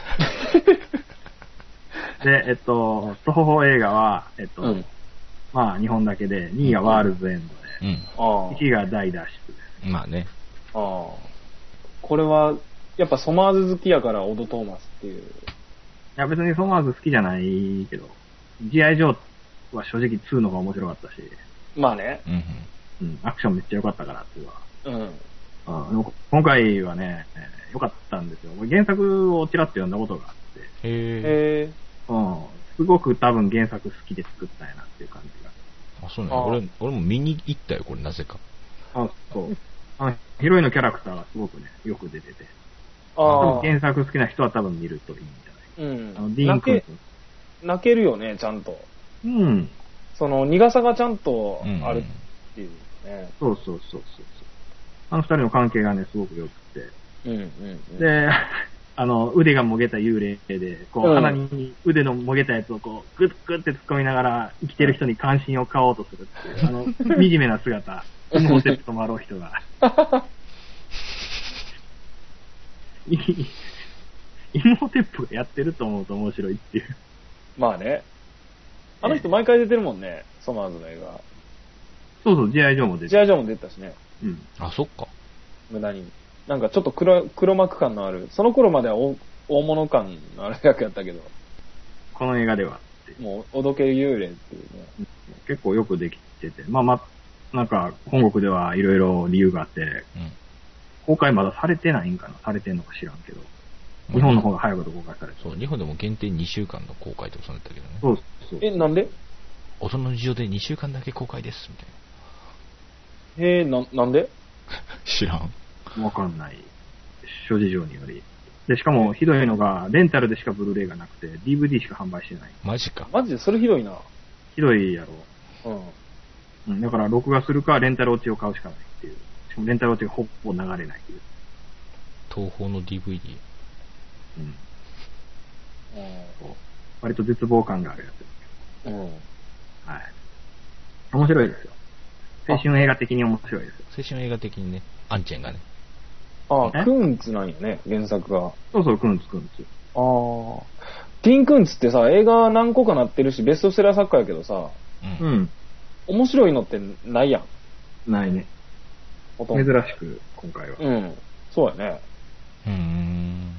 で、えっと、東宝映画は、えっと、うん、まあ、日本だけで、にいがワールズ・エンドで、うん、いちいが大脱出です。
まあね。
ああ。これは、やっぱソマーズ好きやから、オド・トーマスっていう。い
や、別にソマーズ好きじゃないけど、ジーアイ ジョーは正直ツーの方が面白かったし。
まあね。
うん、
うん。アクションめっちゃ良かったから、ツーは。
うん。
あでも今回はね、良かったんですよ。原作をちらっと読んだことがあって。
へ
ー。うん。すごく多分原作好きで作ったんやなっていう感じが。
あ、そうね。俺、俺も見に行ったよ、これなぜか。
あ、そう。あヒロインのキャラクターがすごくね、よく出てて。
ああ。
原作好きな人は多分見るといいんじゃない。
うん。
あの、ディーン君。
泣けるよね、ちゃんと。
うん。
その、苦さがちゃんとあるっていうね。
うん、そうそうそうそう。あの二人の関係がね、すごく良くて。
うんうんうん、
で、あの、腕がもげた幽霊で、こう、うん、鼻に腕のもげたやつをこう、グッグッって突っ込みながら、生きてる人に関心を買おうとするっていう、あの、惨めな姿、もうセットもあろう人が。 イモテップがやってると思うと面白いっていう。
まあね。あの人毎回出てるもんね、ソマーズの映画。
そうそう、ジェアイジョーも出てる。
ジェアイジョーも出てたしね。
うん。
あ、そっか。
無駄に。なんかちょっと黒、黒幕感のある、その頃までは大大物感のある役やったけど。
この映画では。
もう、おどけ幽霊っていうね。
結構よくできてて。まあまあ、なんか、本国ではいろいろ理由があって、うん、公開まだされてないんかなされてんのか知らんけど。日本の方が早く公開されて、
うん、そう、日本でも限定にしゅうかんの公開とかそうなったけどね。
そうそう。
え、なんで
大人の事情でにしゅうかんだけ公開です、みたい
な。へえ、な、なんで
知らん。
わかんない。諸事情により。で、しかもひどいのが、レンタルでしかブルーレイがなくて、ディーブイディー しか販売してない。
マジか。
マジでそれひどいな。
ひどいやろ。
うん。
うん。だから、録画するか、レンタル落ちを買うしかないっていう。しかもレンタル落ちがほぼ流れないっていう。
東宝の ディーブイディー。
うん。割と絶望感があるやつ。
うん。
はい。面白いですよ。青春映画的に面白いですよ。
青春映画的にね、アンチェンがね。
ああ、クンツなんやね、原作が。
そうそう、クンツ、クンツ。
ああ。ティン・クンツってさ、映画何個かなってるし、ベストセラー作家やけどさ、
うん。
面白いのってないやん。
ないね。
ほとん
ど。珍しく、今回は。
うん。そうやね。
うーん。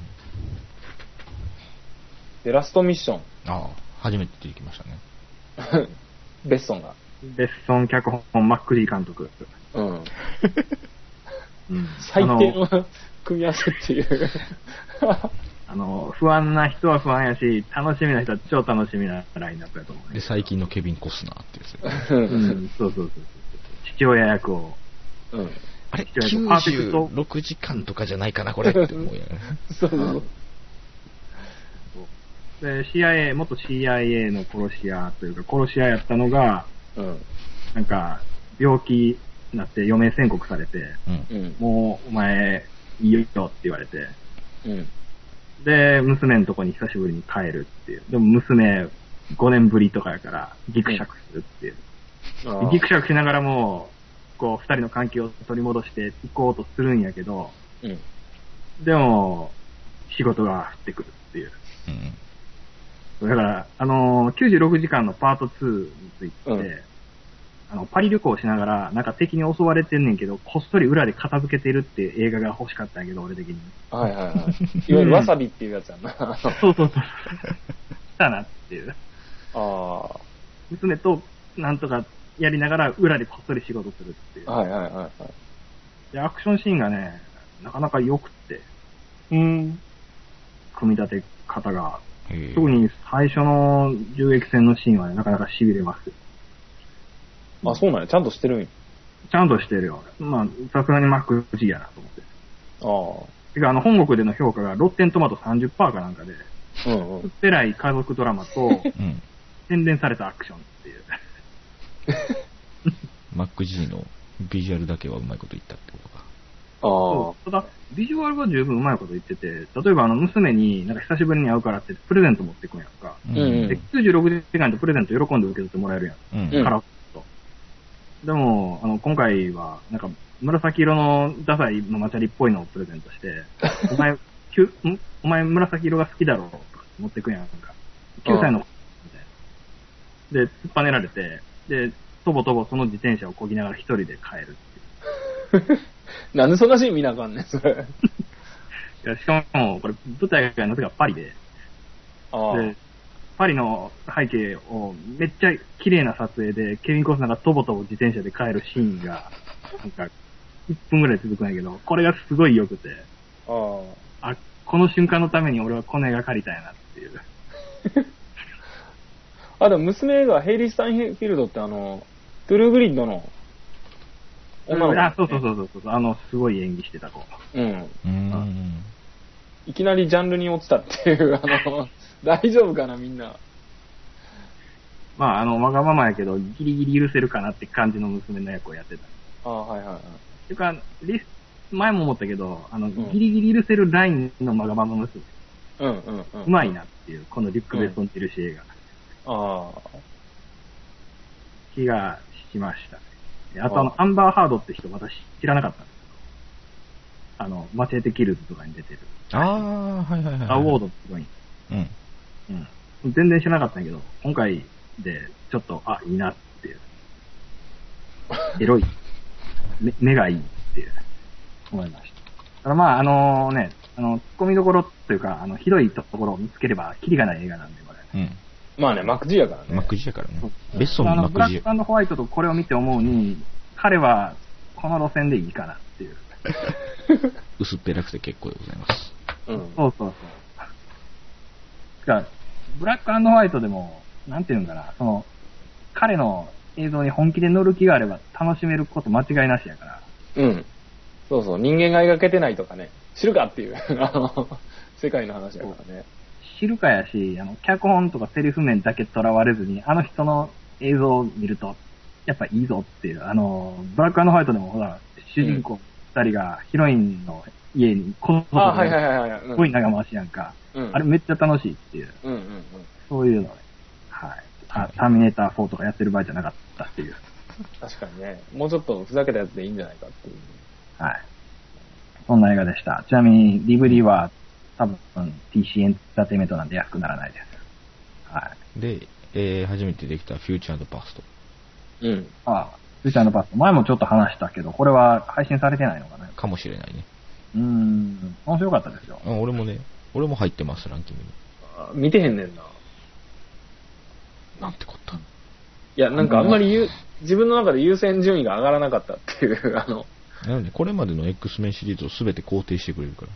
で、ラストミッション。
ああ、初めて出てきましたね。
ベッソンが。
ベッソン脚本、マックリー監督。
うん。
うん、
最低の組み合わせっていう。
あの、不安な人は不安やし、楽しみな人は超楽しみなラインナップやと思う、ね。
で、最近のケビン・コスナーってやつ。
うん、そうそうそうそう。父親役を。
うん。
あれ、きゅうじゅうろくじかんとかじゃないかな、これって思うやね。
そうそう。
で、シーアイエー、元 シーアイエー の殺し屋というか、殺し屋やったのが、
うん、
なんか、病気になって余命宣告されて、
うん、
もう、お前、いいよって言われて、
うん、
で、娘のとこに久しぶりに帰るっていう。でも娘、ごねんぶりとかやから、ギクシャクするっていう。うん、ギクシャクしながらも、こう、二人の関係を取り戻していこうとするんやけど、
うん、
でも、仕事が降ってくるっていう。
うん
だから、あのー、きゅうじゅうろくじかんのパートツーについて、うん、あの、パリ旅行しながら、なんか敵に襲われてんねんけど、こっそり裏で片付けてるっていう映画が欲しかったんやけど、俺的に。
はいはいはい。いわゆるわさびっていうやつやんな。
そうそうそう。したなっていう。
ああ。
娘となんとかやりながら裏でこっそり仕事するっていう。
はいはいはい、はい。
で、アクションシーンがね、なかなか良くって。
うん。
組み立て方が。特に最初の銃撃戦のシーンはね、なかなか痺れます。
あ、そうなんや。ちゃんとしてるんや。
ちゃんとしてるよ。まあ、さすがにマック G やなと思って。
ああ。
てか、あの、本国での評価がロッテントマト さんじゅっパーセント かなんかで、
うんうん。
薄っぺらい家族ドラマと、うん、洗練されたアクションっていう。
マック G のビジュアルだけはうまいこと言ったってことか。
あ
あ。ただ、ビジュアルは十分うまいこと言ってて、例えばあの、娘になんか久しぶりに会うからってプレゼント持ってくんやんか。
うんうん、
で、きゅうじゅうろくじかんとプレゼント喜んで受け取ってもらえるやん。うん。カラッと。でも、あの、今回は、なんか、紫色のダサいママチャリっぽいのをプレゼントして、お前、きゅんお前紫色が好きだろとか持ってくんやんか。きゅうさいの、みたいな。で、突っぱねられて、で、とぼとぼその自転車を漕ぎながら一人で帰るっていう。
なんでそんなシーン見なあかんねん、それ。
いや、しかも、これ、舞台がなぜかパリで。
あ
で、パリの背景をめっちゃ綺麗な撮影で、ケビン・コスナーがとぼとぼ自転車で帰るシーンが、なんか、いっぷんぐらい続くんやけど、これがすごい良くて。
あ
あ、この瞬間のために俺はこの映画借りたいなっていう。
あ、でも娘がヘイリー・スタインフィールドってあの、トゥルーグリッドの
女の子、ね。あ、そうそうそうそうそう。あの、すごい演技してた子。
うん。
うん。
いきなりジャンルに落ちたっていう、あの、大丈夫かな、みんな。
まあ、あの、わがままやけど、ギリギリ許せるかなって感じの娘の役をやってた。
ああ、はいはいはい。
ていうか、リス、前も思ったけど、あの、うん、ギリギリ許せるラインのわがまま娘。
うんうんうん。
うまいなっていう、このリュック・ベッソン・ティルシ映画。
ああ。
気がしました。あとあの、アンバー・ハードって人私知らなかったんですあの、マチェテキルズとかに出てる。
ああ、はいはいはい、はい。
アワードすごい。うん。うん。全然知らなかったんやけど、今回で、ちょっと、あ、いいなっていう。エロい。目目がいいっていう、思いました。だからまあ、あのね、あの、突っ込みどころというか、あの、ひどいところを見つければ、キリがない映画なんで、これ。
うん。まあね、マクジやからね。
マクジやからね。ベストのマクジ。
ブラック&ホワイトとこれを見て思うに、彼は、この路線でいいかなっていう。
薄っぺらくて結構でございます。
うん。そうそうそう。か、ブラック&ホワイトでも、なんていうんかな、その、彼の映像に本気で乗る気があれば楽しめること間違いなしやから。
うん。そうそう、人間が描けてないとかね、知るかっていう、あの、世界の話やからね。
知るかやし、あの、脚本とかセリフ面だけ囚われずに、あの人の映像を見ると、やっぱいいぞっていう、あの、ブラック&ホワイトでもほら、主人公二人がヒロインの家にこの
あ、はいはいはいはい。
すごい長回しやんか。うん、あれめっちゃ楽しいっていう。うんうんうん。そういうのね。はい。あ、ターミネーターフォーとかやってる場合じゃなかったっていう。
確かにね。もうちょっとふざけたやつでいいんじゃないかっていう。
はい。そんな映画でした。ちなみに ディーブイディー は多分 ティーシー エンターテイメントなんで安くならないです。は
い。で、えー、初めてできたフューチャー&パスト。
うん。
ああ、フューチャー&パスト。前もちょっと話したけど、これは配信されてないのかな？
かもしれないね。
うーん。面白かったですよ。
あ、俺もね、俺も入ってます、ランキングに。
あ、見てへんねんな。
なんてこった。い
や、なんかあんまり言う、自分の中で優先順位が上がらなかったっていう、あの。
なので、これまでの X メンシリーズを全て肯定してくれるから。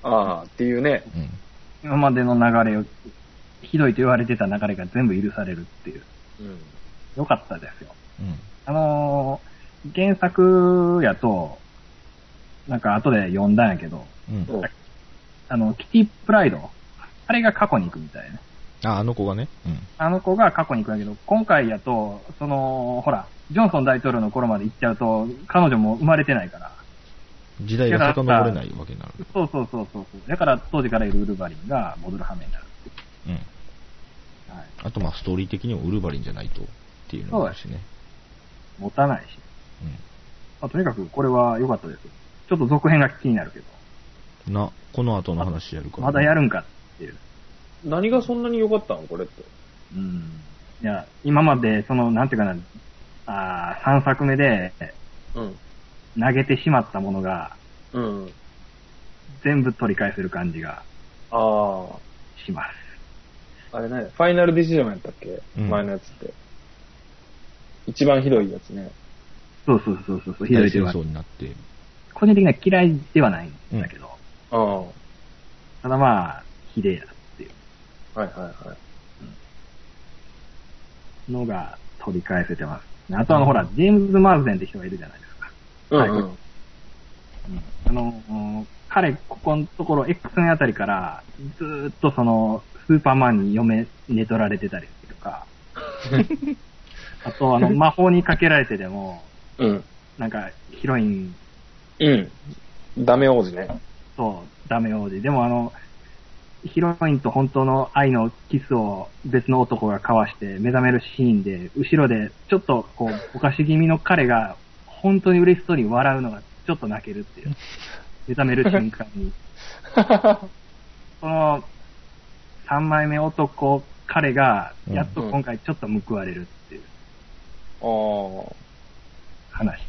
ああ、っていうね。
うん。今までの流れを、ひどいと言われてた流れが全部許されるっていう。うん。よかったですよ。うん。あのー、原作やと、なんか後で読んだんやけど、うん。あの、キティプライド、あれが過去に行くみたいね。
あ、あの子がね。うん。
あの子が過去に行くんやけど、今回やと、その、ほら、ジョンソン大統領の頃まで行っちゃうと、彼女も生まれてないから。
時代が遡れないわけになる。
そうそうそうそう。だから当時からいるウルヴァリンが戻る羽目になる。うん。はい。
あとまあストーリー的にもウルヴァリンじゃないとっていうのもあるしね。
持たないし。うん。まあ、とにかくこれは良かったです。ちょっと続編が気になるけど。
な、この後の話やるから、ね。
まだやるんかっていう。
何がそんなに良かったのこれって。
うん。いや、今まで、その、なんていうかな、あさんさくめで、うん。投げてしまったものが、うん。全部取り返せる感じが、ああ。します。
あれね、ファイナルディシジョンやったっけ、うん、前のやつって。一番ひどいやつね。
そうそうそうそう、ひどい
戦争になって。
個人的には嫌いではないんだけど。うん、ああ。ただまあ、ひでえなっていう。はいはいはい。うん、のが取り返せてます。あとあの、うん、ほら、ジェームズ・マーズデンって人がいるじゃないですか。うん、うん。はい、あの、彼、ここのところ X 年あたりから、ずーっとその、スーパーマンに嫁、寝取られてたりとか、あとあの、魔法にかけられてでも、うん。なんか、ヒロイン。
うん。ダメ王子ね。
そう、ダメ王子。でもあの、ヒロインと本当の愛のキスを別の男が交わして目覚めるシーンで、後ろでちょっとこう、おかし気味の彼が本当に嬉しそうに笑うのがちょっと泣けるっていう。目覚める瞬間に。その、三枚目男、彼が、やっと今回ちょっと報われるっていう。うんうん、話です。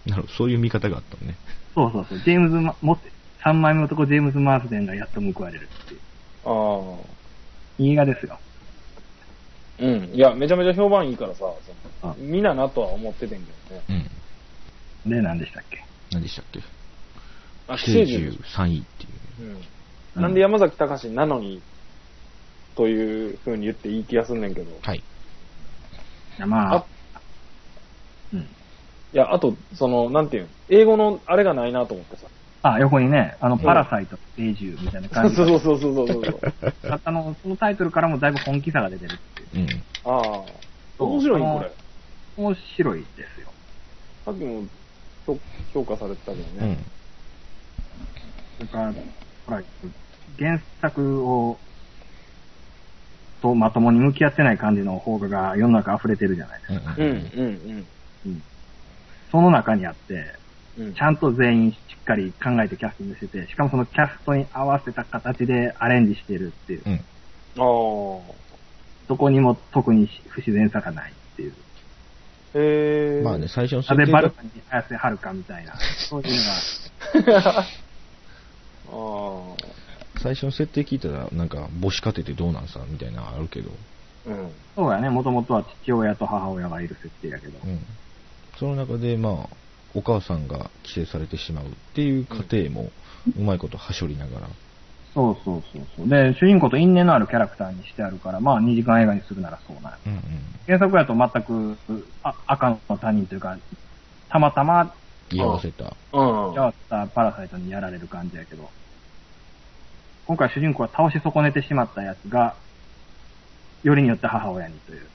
なるほど、そういう見方があったのね。
そうそうそう。ジェームズマ、もって、三枚目男ジェームズ・マーズデンがやっと報われるっていう。ああ。いい映画ですよ。
うん。いや、めちゃめちゃ評判いいからさ、その見ななとは思っててんけどね。
うん。で、何でしたっけ
何でしたっけ
あ、寄生獣。
さんいっていう。
うん。なんで山崎隆なのに、という風に言っていい気がすんねんけど。はい。い
や、まあ。あ
うん。いや、あと、その、なんていうの、英語のあれがないなと思ってさ。
あ、横にね、あの、パラサイト、永住みたいな感じ。
そうそうそうそうそうそう。
あの、そのタイトルからもだいぶ本気さが出てるっていう。
うん。ああ。面白いこれ。
面白いですよ。
さっきも評価されてたけどね。
うん。だから、ほら、原作を、とまともに向き合ってない感じの邦画が世の中溢れてるじゃないですか。うん、うん、うん。うん。その中にあって、 ちゃんと全員しっかり考えてキャスティングしてて、しかもそのキャストに合わせた形でアレンジしてるっていう。うん、あどこにも特に不自然さがないっていう。
へー。
まあね、最初の
設定でバルカに綾瀬はるかみたいな、そういうのが。
あ最初の設定聞いたら、なんか母子家庭ってどうなんさみたいなのあるけど。
うん。そうやね、もともとは父親と母親がいる設定やけど。うん。
その中で、まあ、お母さんが規制されてしまうっていう過程も、うまいことはしょりながら。
そうそうそうそう。で、主人公と因縁のあるキャラクターにしてあるから、まあにじかん映画にするならそうなる。うんうん、原作やと全くあ赤の他人というか、たまたま
居合わせた。
居合わせたパラサイトにやられる感じやけど、今回主人公は倒し損ねてしまったやつが、よりによって母親にという。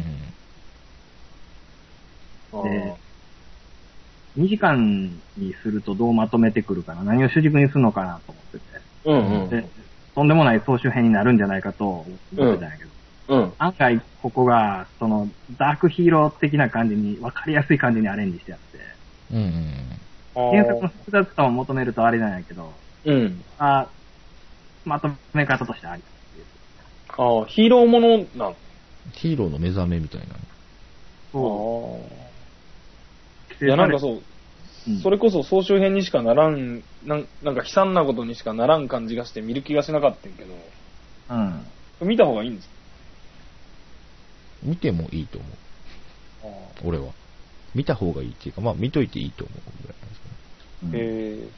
うんうん、で、にじかんにするとどうまとめてくるかな、何を主軸にするのかなと思ってて。うんうん、でとんでもない総集編になるんじゃないかと思ってたんやけど、うんうん、案外ここが、その、ダークヒーロー的な感じに、わかりやすい感じにアレンジしてあって、うんうん、原作の複雑さを求めるとあれなんやけど、うん、あまとめ方としてあり
ああ、ヒーローものなの？
ヒーローの目覚めみたいな。
そう。いや、なんかそう、うん、それこそ総集編にしかならん、なん、なんか悲惨なことにしかならん感じがして見る気がしなかったんけど、うん。見た方がいいんですか？
見てもいいと思う。あ俺は。見た方がいいっていうか、まあ見といていいと思うぐらいなんですね。へ、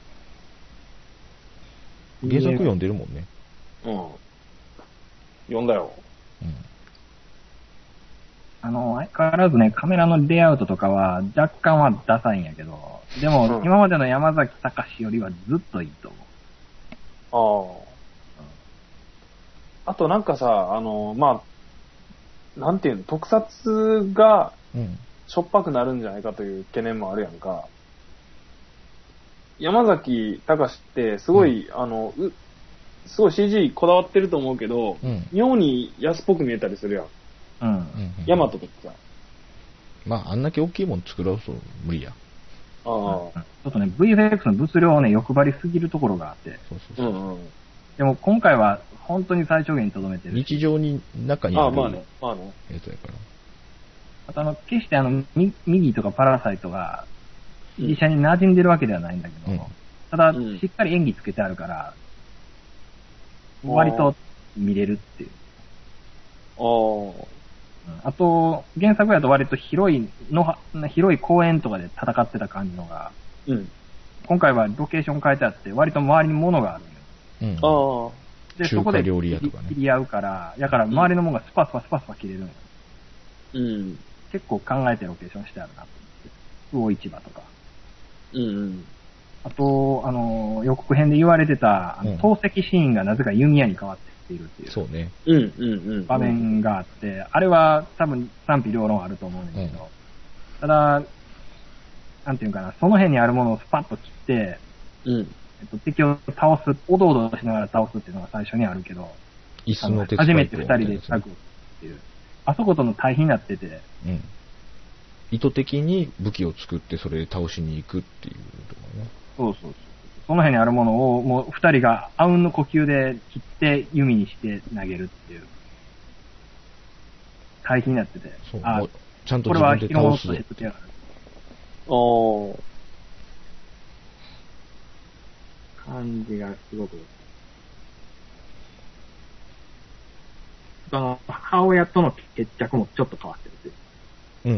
うん、原作読んでるもんね。
うん。読んだよ。うん。
あの、相変わらずね、カメラのレイアウトとかは若干はダサいんやけど、でも、うん、今までの山崎隆よりはずっといいと思う。あ
あ。あとなんかさ、あの、まあ、なんていうの、特撮がしょっぱくなるんじゃないかという懸念もあるやんか。山崎隆ってすごい、うん、あの、う、すごい シージー こだわってると思うけど、うん、妙に安っぽく見えたりするやん。うん。ヤマトとかさ。
まあ、あんだけ大きいもん作ろうと無理や。
ああ。ちょっとね、ブイエフエックス の物量をね、欲張りすぎるところがあって。そうそうそう。うんうん、でも今回は本当に最小限に留めてる。
日常に、中にある。
ああ、まあね。まあね。
やつやから。
あとあの、決してあの、ミギとかパラサイトが、実写に馴染んでるわけではないんだけど、うん、ただ、しっかり演技つけてあるから、うん、割と見れるっていう。ああ。あと、原作やと割と広いの、広い公園とかで戦ってた感じのが、うん、今回はロケーション変えてあって、割と周りに物があるんよ。うん、ああ。で、そこで切り合うから、だから周りのものがスパスパスパスパ切れるんよ。うん。結構考えてロケーションしてあるなと思って。魚市場とか。うんうん。あと、あの、予告編で言われてた、あの、透析シーンがなぜか弓矢に変わっているっていう。
そうね。
うんうんうん。
場面があって、あれは多分賛否両論あると思うんだけど、うん、ただ、なんていうかな、その辺にあるものをスパッと切って、うん。えっと、敵を倒す、おどおどしながら倒すっていうのが最初にあるけど、
椅子の手
初めて二人でタッグっていう。あそことの対比になってて、うん。
意図的に武器を作ってそれで倒しに行くっていうところね。
そうそうそう。その辺にあるものをもう二人があうんの呼吸で切って弓にして投げるっていう対比になってて。
そう。あ、ちゃんと自分で倒すぞ。
おー。感じがすごく。その、母親との決着もちょっと変わってるっていう。うん。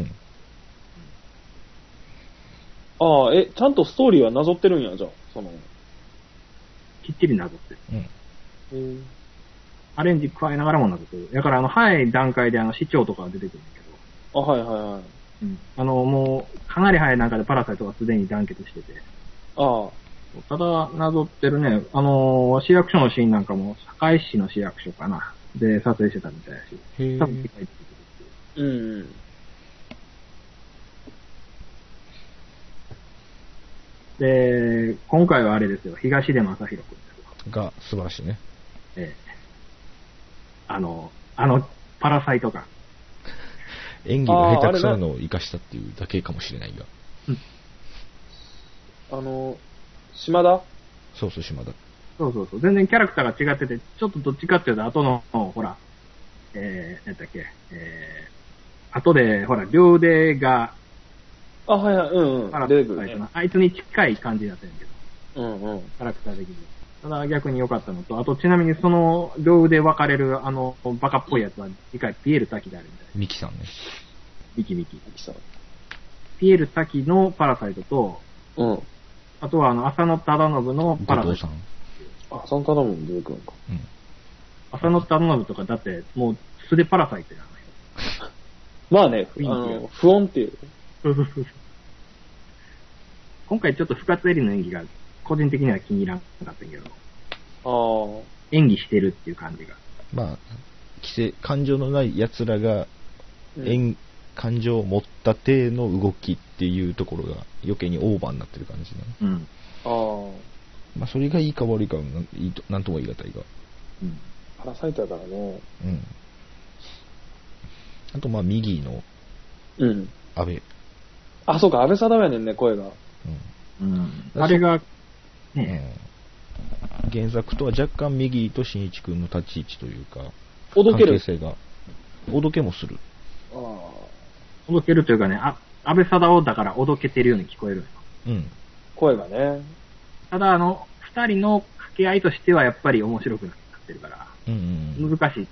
ああ、え、ちゃんとストーリーはなぞってるんや、じゃあ、その。
きっちりなぞってる。うん。アレンジ加えながらもなぞってる。だから、あの、早い段階で、あの、市長とかが出てくるんだけ
ど。あ、はいはいはい。
うん。あの、もう、かなり早い段階でパラサイトがすでに団結してて。ああ。ただ、なぞってるね、あの、市役所のシーンなんかも、堺市の市役所かな。で、撮影してたみたいだし。へ多分、世界でうん。で、今回はあれですよ、東出昌大君です
が、素晴らしいね。ええ。
あの、あの、パラサイト感。
演技が下手くそなのを活かしたっていうだけかもしれないが。うん。
あの、島田
そうそう、島田。
そうそうそう。全然キャラクターが違ってて、ちょっとどっちかっていうと、後の、ほら、えー、なんだっけ、えー、後で、ほら、両腕が、
あ、はいはい、うんうん。出てくる、ね。
あいつに近い感じだったんやけ
ど。うんうん。
キャラクター的に。ただ逆に良かったのと、あとちなみにその、両腕分かれる、あの、バカっぽいやつは、次回ピエール滝であるみたいな。
ミキさんね。
ミキミキ。
ミキさん。
ピエール滝のパラサイトと、
うん。
あとはあの、浅野忠信のパラサイト。
さん。
あ、浅野忠信出てくるのか。
うん。
浅野忠信とかだって、もう素でパラサイトやのよ。
まあね、あの、不穏っていう。
そうそうそう。今回ちょっと深津絵里の演技が、個人的には気に入らなかったんやけど。
ああ。
演技してるっていう感じが。
まあ、規制、感情のない奴らが、演、うん、感情を持った体の動きっていうところが余計にオーバーになってる感じね。
うん。
ああ。まあ、それがいいか悪いかはなんと、なんとも言い難いが。
うん。パラサイトやからね。
うん。あと、まあ、右の、
うん。
安倍。
あ、そうか、安倍貞やねんね、声が。
うん。うん。あれが、ね、
うん、原作とは若干右と新一君の立ち位置というか、
おどける。
関係性が、おどけもする。
ああ。おどけるというかね、あ、安倍貞夫だからおどけてるように聞こえる
の。うん。
声がね。
ただ、あの、二人の掛け合いとしてはやっぱり面白くなってるから、
うんうん、
難しい。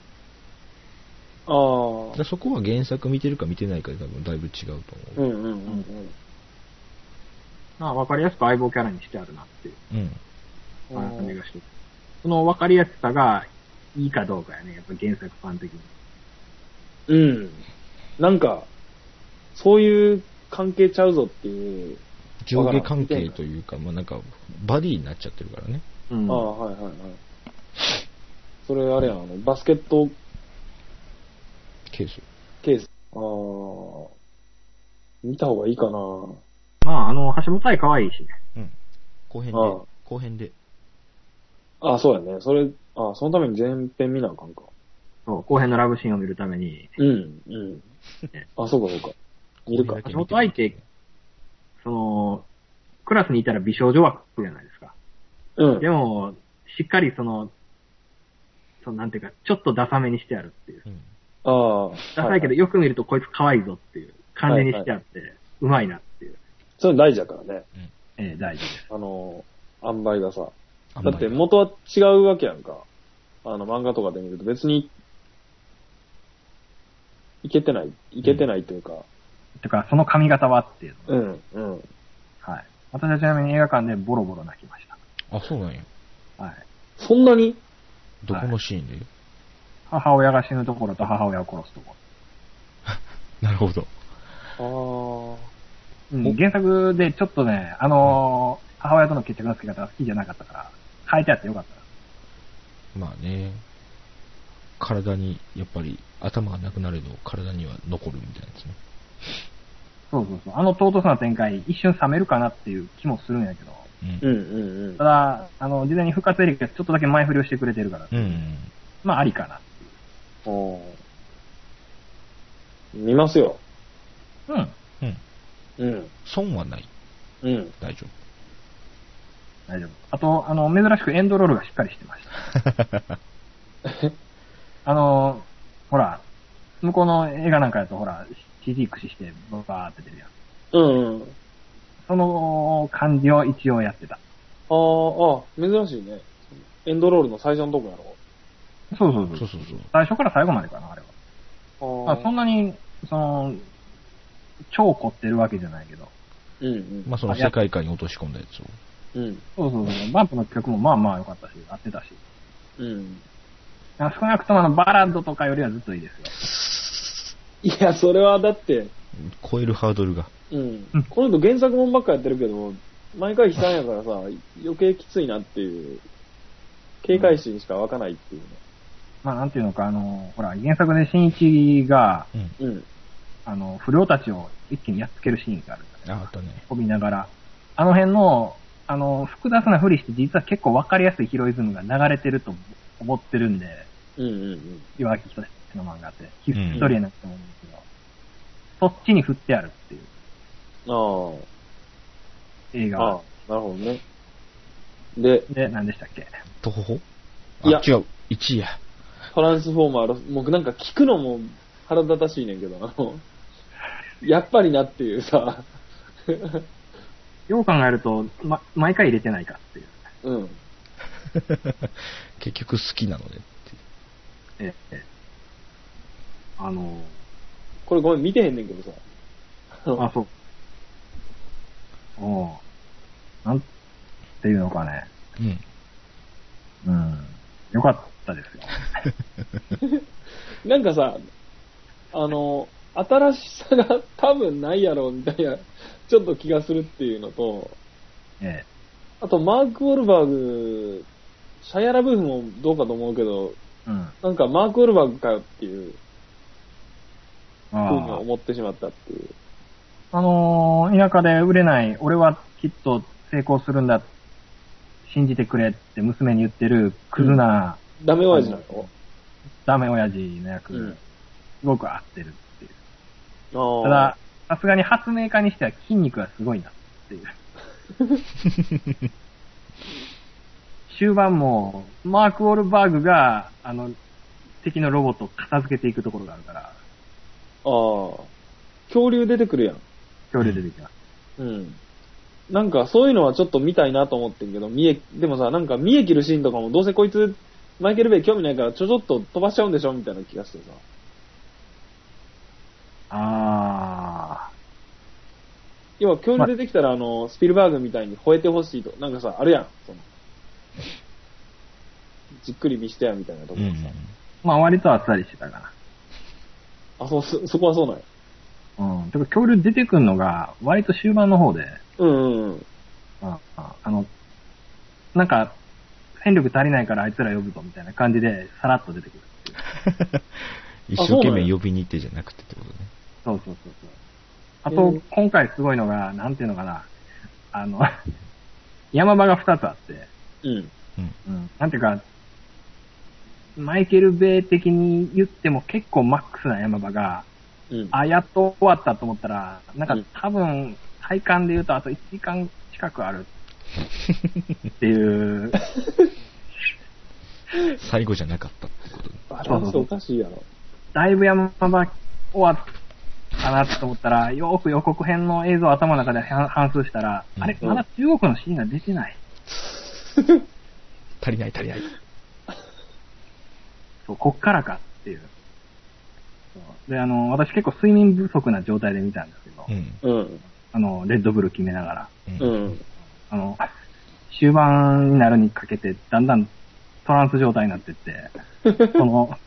ああ。
そこは原作見てるか見てないかで多分だいぶ違うと
思う。うんうんうんうん。
まあ、わかりやすく相棒キャラにしてあるなっていう。
うん。
感じがして。そのわかりやすさがいいかどうかやね、やっぱ原作ファン的に。
うん。なんか、そういう関係ちゃうぞっていう。
上下関係というか、まあなんか、バディになっちゃってるからね。
うん。ああ、はいはいはい。それあれやん、あの、バスケット、
ケース。
ケース。ああ、見た方がいいかな。
まあ、あの、橋本愛可愛いしね。
うん。後編で。ああ後編で。
ああ、そうやね。それ、ああ、そのために前編見なあかんか。
そう、後編のラブシーンを見るために。
うん、うん。ね、あ、そうかそうか。見るか。
橋本愛って、その、クラスにいたら美少女枠じゃないですか。
うん。
でも、しっかりその、そのなんていうか、ちょっとダサめにしてあるっていう。うん、
ああ。
ダサいけど、よく見るとこいつ可愛いぞっていう感じにしてあって、はいはい、うまいなっていう。
それ大事だからね。
うん、ええ、大事です。
あの、塩梅がさ。だって元は違うわけやんか。あの漫画とかで見ると別に、いけてない、いけてないというか。うん、
てか、その髪型はっていう。
うん、うん。
はい。私はちなみに映画館でボロボロ泣きました。
あ、そうなんや。
はい。
そんなに？
どこのシーンで、はい、
母親が死ぬところと母親を殺すとこ
ろ。なるほど。
あ
あ。うん、原作でちょっとね、あのー、母親との決着のつけ方が好きじゃなかったから、変えてあってよかった。
まあね。体に、やっぱり、頭がなくなれど、体には残るみたいなですね。
そうそうそう。あの唐突な展開、一瞬冷めるかなっていう気もするんやけど。
うんうんうん。
ただ、あの、事前に深津絵里がちょっとだけ前振りをしてくれてるから。
うん、うん。
まあ、ありかなっていう。
お見ますよ。
うん。
うん。
うん。
損はない。
うん。
大丈夫。
大丈夫。あと、あの、珍しくエンドロールがしっかりしてました。あの、ほら、向こうの映画なんかやとほら、シージー 駆使してバーって出るやん。
うん、うん。
その感じを一応やってた。
ああ、あ珍しいね。エンドロールの最初のとこやろ。
そうそうそう。
そうそうそう。
最初から最後までかな、あれは。ああそんなに、その、超凝ってるわけじゃないけど。
うんうん。
まあその世界観に落とし込んだやつを。
うん。
そうそうそう。バンプの曲もまあまあ良かったし、合ってたし。
うん。
少なくともあのバラッドとかよりはずっといいです
よ。いや、それはだって。
超えるハードルが。
うん。この人原作もんばっかやってるけど、毎回悲惨やからさ、余計きついなっていう、警戒心しか湧かないっていうね。
まあなんていうのか、あの、ほら、原作で新一が、
うん。
あの、不良たちを一気にやっつけるシーンがあるじゃないですか。
あ、あったね。
飛びながら。あの辺の、あの、複雑なふりして実は結構わかりやすいヒロイズムが流れてると思ってるんで、
うんうんうん。
岩木仁の漫画って、ヒストリアなくてもいいんですけど、そっちに振ってあるっていう。
ああ。
映画
なるほどね。で、
で、何でしたっけ？
トホホ？
いや、
違う。いちいや。
トランスフォーマー、僕なんか聞くのも腹立たしいねんけど、あの、やっぱりなっていうさ。
よう考えると、ま、毎回入れてないかっていう。
うん。
結局好きなのねっていう。
ええ。あの、
これごめん、見てへんねんけどさ。
あ、そう。おうなんていうのかね。うん。うん。よかったですよ。
なんかさ、あの、新しさが多分ないやろみたいな、ちょっと気がするっていうのと、
ええ。
あとマーク・ウォルバーグ、シャイアラブーフもどうかと思うけど、
うん。
なんかマーク・ウォルバーグかよっていう、ふう
あ
に思ってしまったっていう。
あのー、田舎で売れない、俺はきっと成功するんだ、信じてくれって娘に言ってるクズな、
うん、ダメ親父なの？
ダメ親父の役、うん、すごく合ってるっていう。た
だ、
だ、さすがに発明家にしては筋肉がすごいなっていう。終盤も、マーク・ウォルバーグが、あの、敵のロボットを片付けていくところがあるから。あ
あ。恐竜出てくるやん。
恐竜出てきます。
うん。なんかそういうのはちょっと見たいなと思ってんけど、見え、でもさ、なんか見え切るシーンとかもどうせこいつ、マイケル・ベイ興味ないからちょちょっと飛ばしちゃうんでしょみたいな気がしてさ。
あー。
要は恐竜出てきたら、あの、スピルバーグみたいに吠えてほしいと。なんかさ、あるやん。そのじっくり見してや、みたいなところさ、うん。
まあ割とあっさりしてたかな。
あ、そう、そ、そこはそうなんや。
うん。てか恐竜出てくるのが、割と終盤の方で。
うんうんうん。
あ, あ, あの、なんか、戦力足りないからあいつら呼ぶぞみたいな感じで、さらっと出てくるっていう。
一生懸命呼びに行ってじゃなくてってことね。
そうそうそうそう。あと、今回すごいのが、なんていうのかな。あの、山場が二つあって。
うん。
うん。なんていうか、マイケル・ベイ的に言っても結構マックスな山場が、うん、あ、やっと終わったと思ったら、なんか多分、体感で言うとあといちじかん近くあるっていう。
最後じゃなかったってことね。
バランスおかしいやろ。
だいぶ山場終わったなと思ったら、よーく予告編の映像を頭の中で反芻したら、うん、あれ、まだ中国のシーンが出てない。
足りない足りない。
そう、こっからかっていう。で、あの、私結構睡眠不足な状態で見たんですけど、うん、あの、レッドブル決めながら、うん、あの、終盤になるにかけて、だんだんトランス状態になってって、その、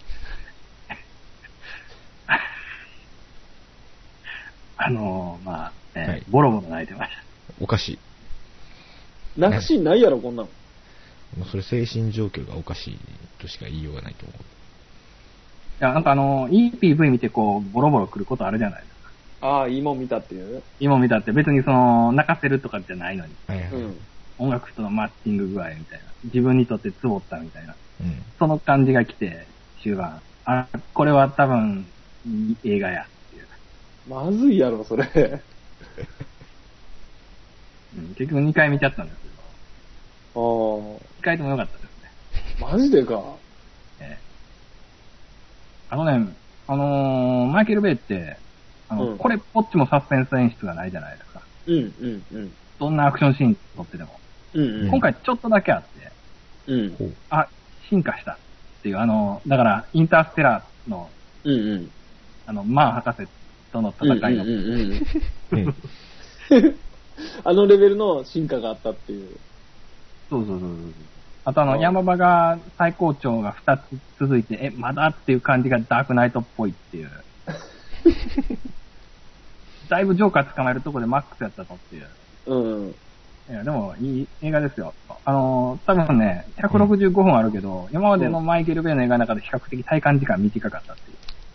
あの、まあ、えーはい、ボロボロ泣いてました。
おかしい。
泣くシーンないやろ、こんなの。
もうそれ精神状況がおかしいとしか言いようがないと思う。
いや、なんかあの、いい ピーブイ 見てこう、ボロボロ来ることあるじゃないですか。
ああ、いいもん見たっていう
いいもん見たって別にその、泣かせるとかじゃないのに。
はいはい、うん、
音楽とのマッチング具合みたいな。自分にとってツボったみたいな。
うん、
その感じが来て、終盤。あ、これは多分、いい映画やっていう。
まずいやろ、それ。
うん、結局にかい見ちゃったんですけど。
ああ。
にかいとも良かったですね。
マジでか。
ええ。あのね、あのー、マイケル・ベイって、あの、うん、これっぽっちもサスペンス演出がないじゃないですか。
うんうんうん。
どんなアクションシーン撮ってても。うんうん、今回ちょっとだけあって、
うん、
あ、進化したっていう、あの、だから、インターステラーの、
うんうん、
あの、マー博士との戦いの、
あのレベルの進化があったっていう。
そうそうそうそう。あとあの、山場が最高潮がふたつ続いて、え、まだっていう感じがダークナイトっぽいっていう。だいぶジョーカー捕まえるとこでマックスやったとっていう。
うん。
いや、でもいい映画ですよ。あの、多分ね、ひゃくろくじゅうごふんあるけど、うん、今までのマイケル・ベイの映画の中で比較的体感時間短かったっていう。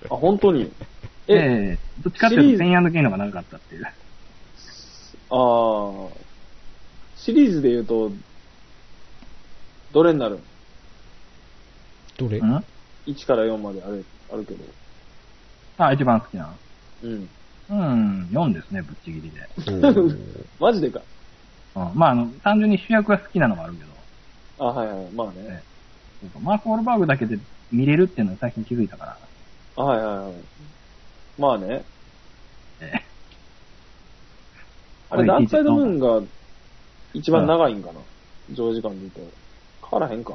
あ、本当に
ええー、どっちかっていうと、ペン&ゲイの方が長かったっていう。
ああ。シリーズで言うと、どれになる
どれ？
いち からよんまである、あるけど。
あ、一番好きな。
うん。
うん、よんですね、ぶっちぎりで。
マジでか。
うん、まあ、あの、単純に主役が好きなのもあるけ
ど。あ、はいはい、まあね。ね
マーク・ウォルバーグだけで見れるっていうのに最近気づいたから。
あ、はいはいはい。まあね。ええ。あれ、ダークサイドムーンが一番長いんかな、うん、上時間で言うと。変わらへんか。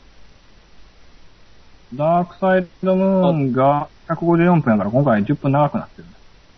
ダークサイドムーンがひゃくごじゅうよんぷんやから今回じゅっぷん長くなってる。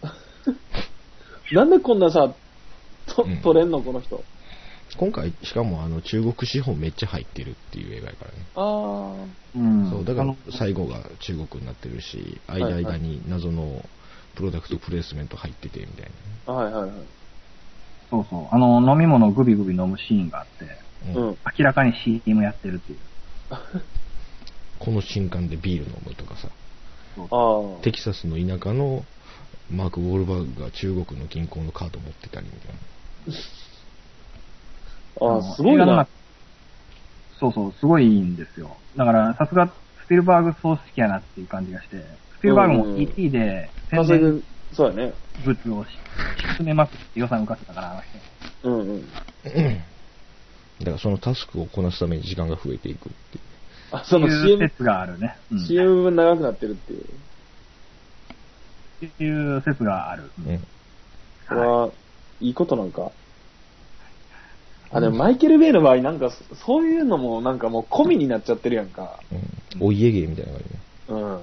なんでこんなさ、と、撮れんの、この人。
今回、しかもあの、中国資本めっちゃ入ってるっていう映画やからね。
ああ。
うん。そう、だから最後が中国になってるし、間々に謎のプロダクトプレイスメント入ってて、みたい
な。はいはいはい。
そうそう。あの、飲み物をグビグビ飲むシーンがあって、うん、明らかに シーエム やってるっていう。
この瞬間でビール飲むとかさ。
あ
テキサスの田舎のマーク・ウォールバーグが中国の銀行のカード持ってたりみたい
な。ああ、すごいな。
そうそう、すごいいいんですよ。だから、さすがスピルバーグ総指揮やなっていう感じがして、スピルバーグも イーティー で
宣伝そうやね。
物を進めまくって予算浮かせたから、あの
人。うんうん。
だからそのタスクをこなすために時間が増えていくっていう。
あ、その シーエム 説があるね。
うん、シーエム 分長くなってるっていう。
っていう説がある。
うん。
それは、いいことなんか。あ、でもマイケル・ベイの場合なんか、そういうのもなんかもう込みになっちゃってるやんか。
うん。お家芸みたいな感じね。
うん。うん。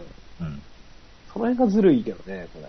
その辺がずるいけどね、これ。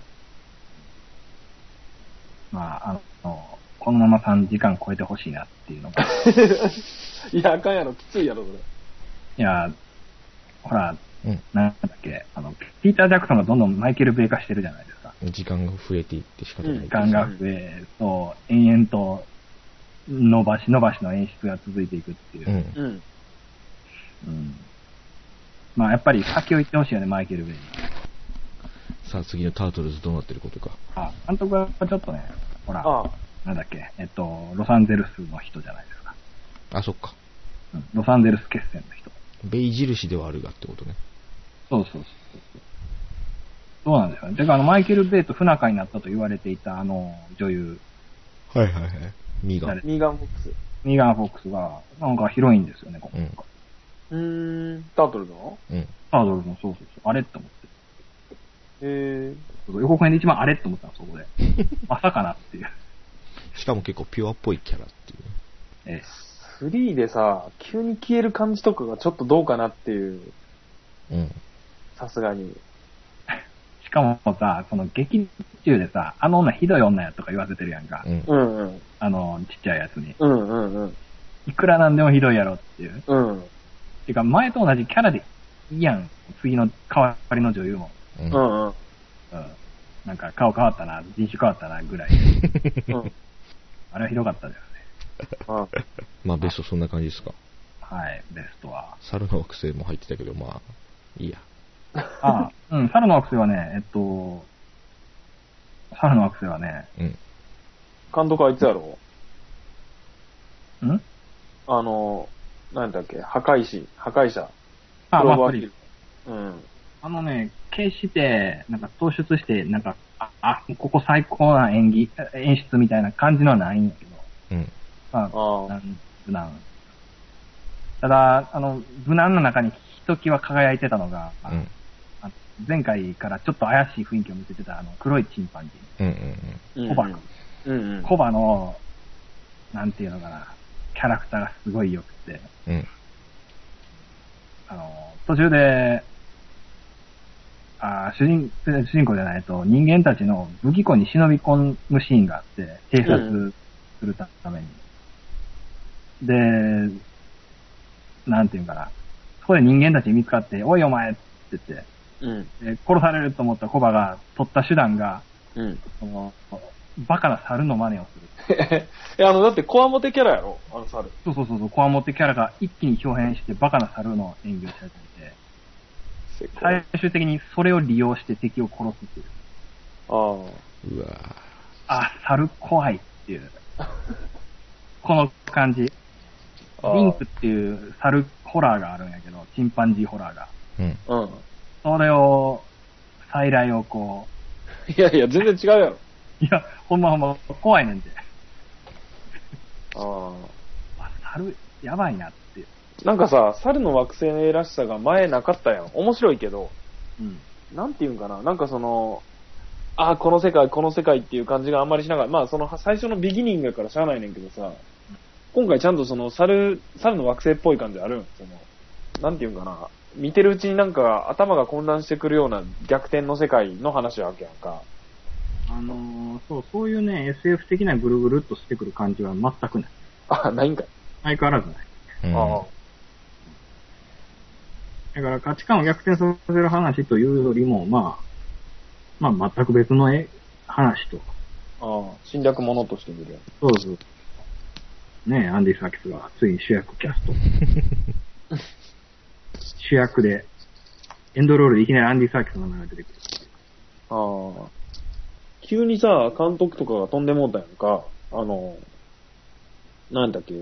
まあ、あの、このままさんじかん超えてほしいなっていうのが。
いや、あかんやろ、きついやろ、それ。
いや、ほら、うん、なんだっけ、あの、ピーター・ジャクソンがどんどんマイケル・ベイ化してるじゃないですか。
時間が増えていって仕方ない。
時間が増え、そう、延々と、伸ばし伸ばしの演出が続いていくっていう。
うん。
うん。まあ、やっぱり先を言ってほしいよね、マイケル・ベイ。
さあ、次のタートルズどうなってることか。
あ、監督はちょっとね、ほら、ああなんだっけ、えっと、ロサンゼルスの人じゃないですか。
あ、そっか。
うん、ロサンゼルス決戦の人。
ベイ印ではあるがってことね。
そうそうそう。そうなんですよね。てか、あの、マイケル・ベイと不仲になったと言われていた、あの、女優。
はいはいはい。ミーガン。
ミーガン・フォックス。
ミーガン・フォックスが、なんかヒロインですよね、今回。
うん。うーん、タートルズの
うん。
タートルズの、そうそうそう。あれって思って。
へ
ー。予告編で一番あれって思ったの、そこで。まさかなっていう。
しかも結構ピュアっぽいキャラっていうね。
ええ。
スリーでさ、急に消える感じとかがちょっとどうかなっていう。
うん。
さすがに。
しかもさ、その劇中でさ、あの女ひどい女やとか言わせてるやんか。
うん、うんうん。
あの、ちっちゃいやつに。
うんうんうん。
いくらなんでもひどいやろっていう。
うん。
てか、前と同じキャラでいいやん。次の代わりの女優も。
うんうん。うん。
なんか顔変わったな、人種変わったな、ぐらい。うん。あれはひどかったですね。
あ
まあ、ベストそんな感じですか。
はい、ベストは。
猿の惑星も入ってたけど、まあ、いいや。
ああ、うん、猿の惑星はね、えっと、猿の惑星はね、
うん。監督あいつやろ
ん
あの、なんだっけ、破壊師、破壊者。
あ、まあ、
うん。
あのね、決して、なんか突出して、なんか、あ、あここ最高な演技、演出みたいな感じのはないんやけど。
うん。
まあ、なん無難。ただ、あの、無難の中にひときわ輝いてたのが、
うん、
前回からちょっと怪しい雰囲気を見せてた、あの、黒いチンパンジ
ー。うんうん
うん。コバ君。
うんうん。
コバの、なんていうのかな、キャラクターがすごい良くて。
うん。
あの、途中で、あ主人、主人公じゃないと、人間たちの武器庫に忍び込むシーンがあって、偵察するために。うん、で、なんていうかな、そこで人間たちに見つかって、おいお前って言って、
うん、
で殺されると思ったコバが取った手段が、
うん、
そのバカな猿の真似をする。
え、あの、だってコアモテキャラやろあの猿。
そうそうそうそう、コアモテキャラが一気に表変してバカな猿の演技をし始めて、最終的にそれを利用して敵を殺すっていう。
ああ。
うわ
あ、猿怖いっていう。この感じ。リンクっていう猿ホラーがあるんやけど、チンパンジーホラーが。
うん。
うん。
それを、再来をこ
う。いやいや、全然違うやろ。
いや、ほんまほんま、怖いねんて。
あ
あ。猿、やばいなって。
なんかさ、猿の惑星らしさが前なかったやん。面白いけど。
うん。
なんていうんかな。なんかその、ああ、この世界、この世界っていう感じがあんまりしながら、まあその最初のビギニングやからしゃあないねんけどさ、今回ちゃんとその猿、猿の惑星っぽい感じあるん。その、なんていうんかな。見てるうちになんか頭が混乱してくるような逆転の世界の話わけやんか。
あのー、そう、そういうね、エスエフ 的なぐるぐるっとしてくる感じは全くない。
あ、ないんかい。
相変わらずない。
うん、
ああ。
だから価値観を逆転させる話というよりも、まあ、まあ全く別の絵話と。
ああ、侵略者として見るやん。
そうそう。ねえ、アンディ・サキスがついに主役キャスト。主役で、エンドロールでいきなりアンディ・サキスの名前が出てくる。
ああ。急にさ、監督とかが飛んでもうたやんか。あの、なんだっけ。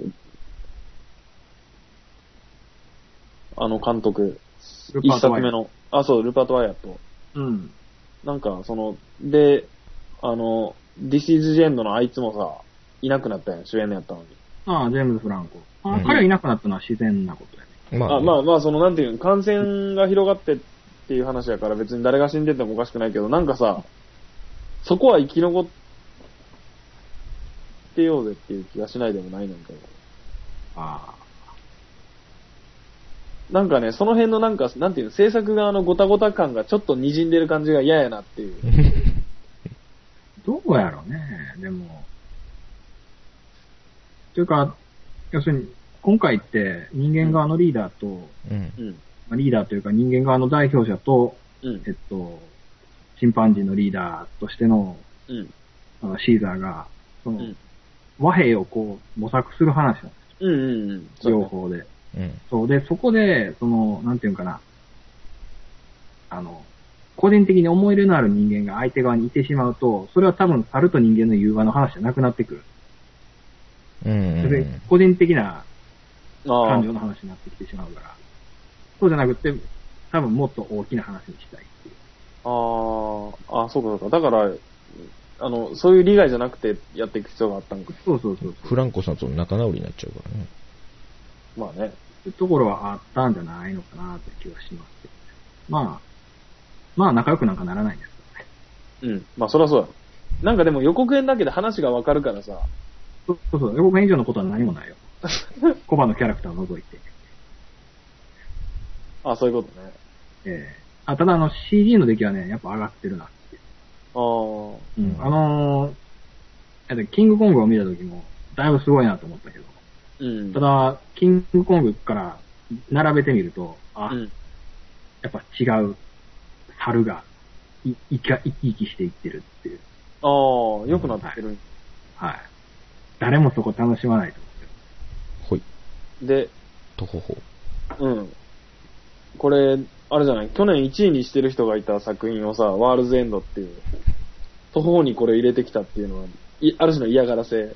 あの監督。一作目の。あ、そう、ルパート・ワイヤット。
うん。
なんか、その、で、あの、This is the End のあいつもさ、いなくなったやん、主演のやったのに。
ああ、ジェームズ・フランコ。あ、うん、彼はいなくなったのは自然なことやね。
まあ、あまあまあ、その、なんていうの、感染が広がってっていう話やから別に誰が死んでてもおかしくないけど、なんかさ、そこは生き残ってようぜっていう気がしないでもないねんけど。
ああ。
なんかね、その辺のなんか、なんていうの、制作側のゴタゴタ感がちょっと滲んでる感じが嫌やなっていう。
どうやろうね、でも。というか、要するに、今回って人間側のリーダーと、
うん
まあ、リーダーというか人間側の代表者と、
うん、
えっと、チンパンジーのリーダーとしての、
うん、
あのシーザーが、その、うん、和平をこう模索する話なんですよ。
うんうんうん。
両方で。
うん、
そうで、そこで、その、なんていうかな、あの、個人的に思い入れのある人間が相手側にいてしまうと、それは多分猿と人間の融和の話じゃなくなってくる。
うんうんうん、
で個人的な感情の話になってきてしまうから、そうじゃなくて、多分もっと大きな話にしたいっていう。
ああ、あそうかそうか。だから、あの、そういう利害じゃなくてやっていく必要があったんか。
そうそうそうそう。
フランコさんとの仲直りになっちゃうからね。
まあね。
そういうところはあったんじゃないのかなって気はしますけど、ね。まあ、まあ仲良くなんかならないんですけどね。
うん。まあそりゃそうだ。なんかでも予告編だけで話がわかるからさ。
そうそうそう。予告編以上のことは何もないよ。コバのキャラクターを除いて。
あ、そういうことね。
ええー。あ、ただあの シージー の出来はね、やっぱ上がってるなっていう。
ああ。
うん。あのー、キングコングを見た時も、だいぶすごいなと思ったけど。
うん。
ただ、キングコングから並べてみると、あ、うん、やっぱ違う猿がい生き生き生きしていってるっていう。
ああ、良くなってる、うん
はい。はい。誰もそこ楽しまないと思
う。ほい。
で、
とほほ。
うん。これ、あれじゃない、去年いちいにしてる人がいた作品をさ、ワールズエンドっていう、とほほにこれ入れてきたっていうのは、いある種の嫌がらせ。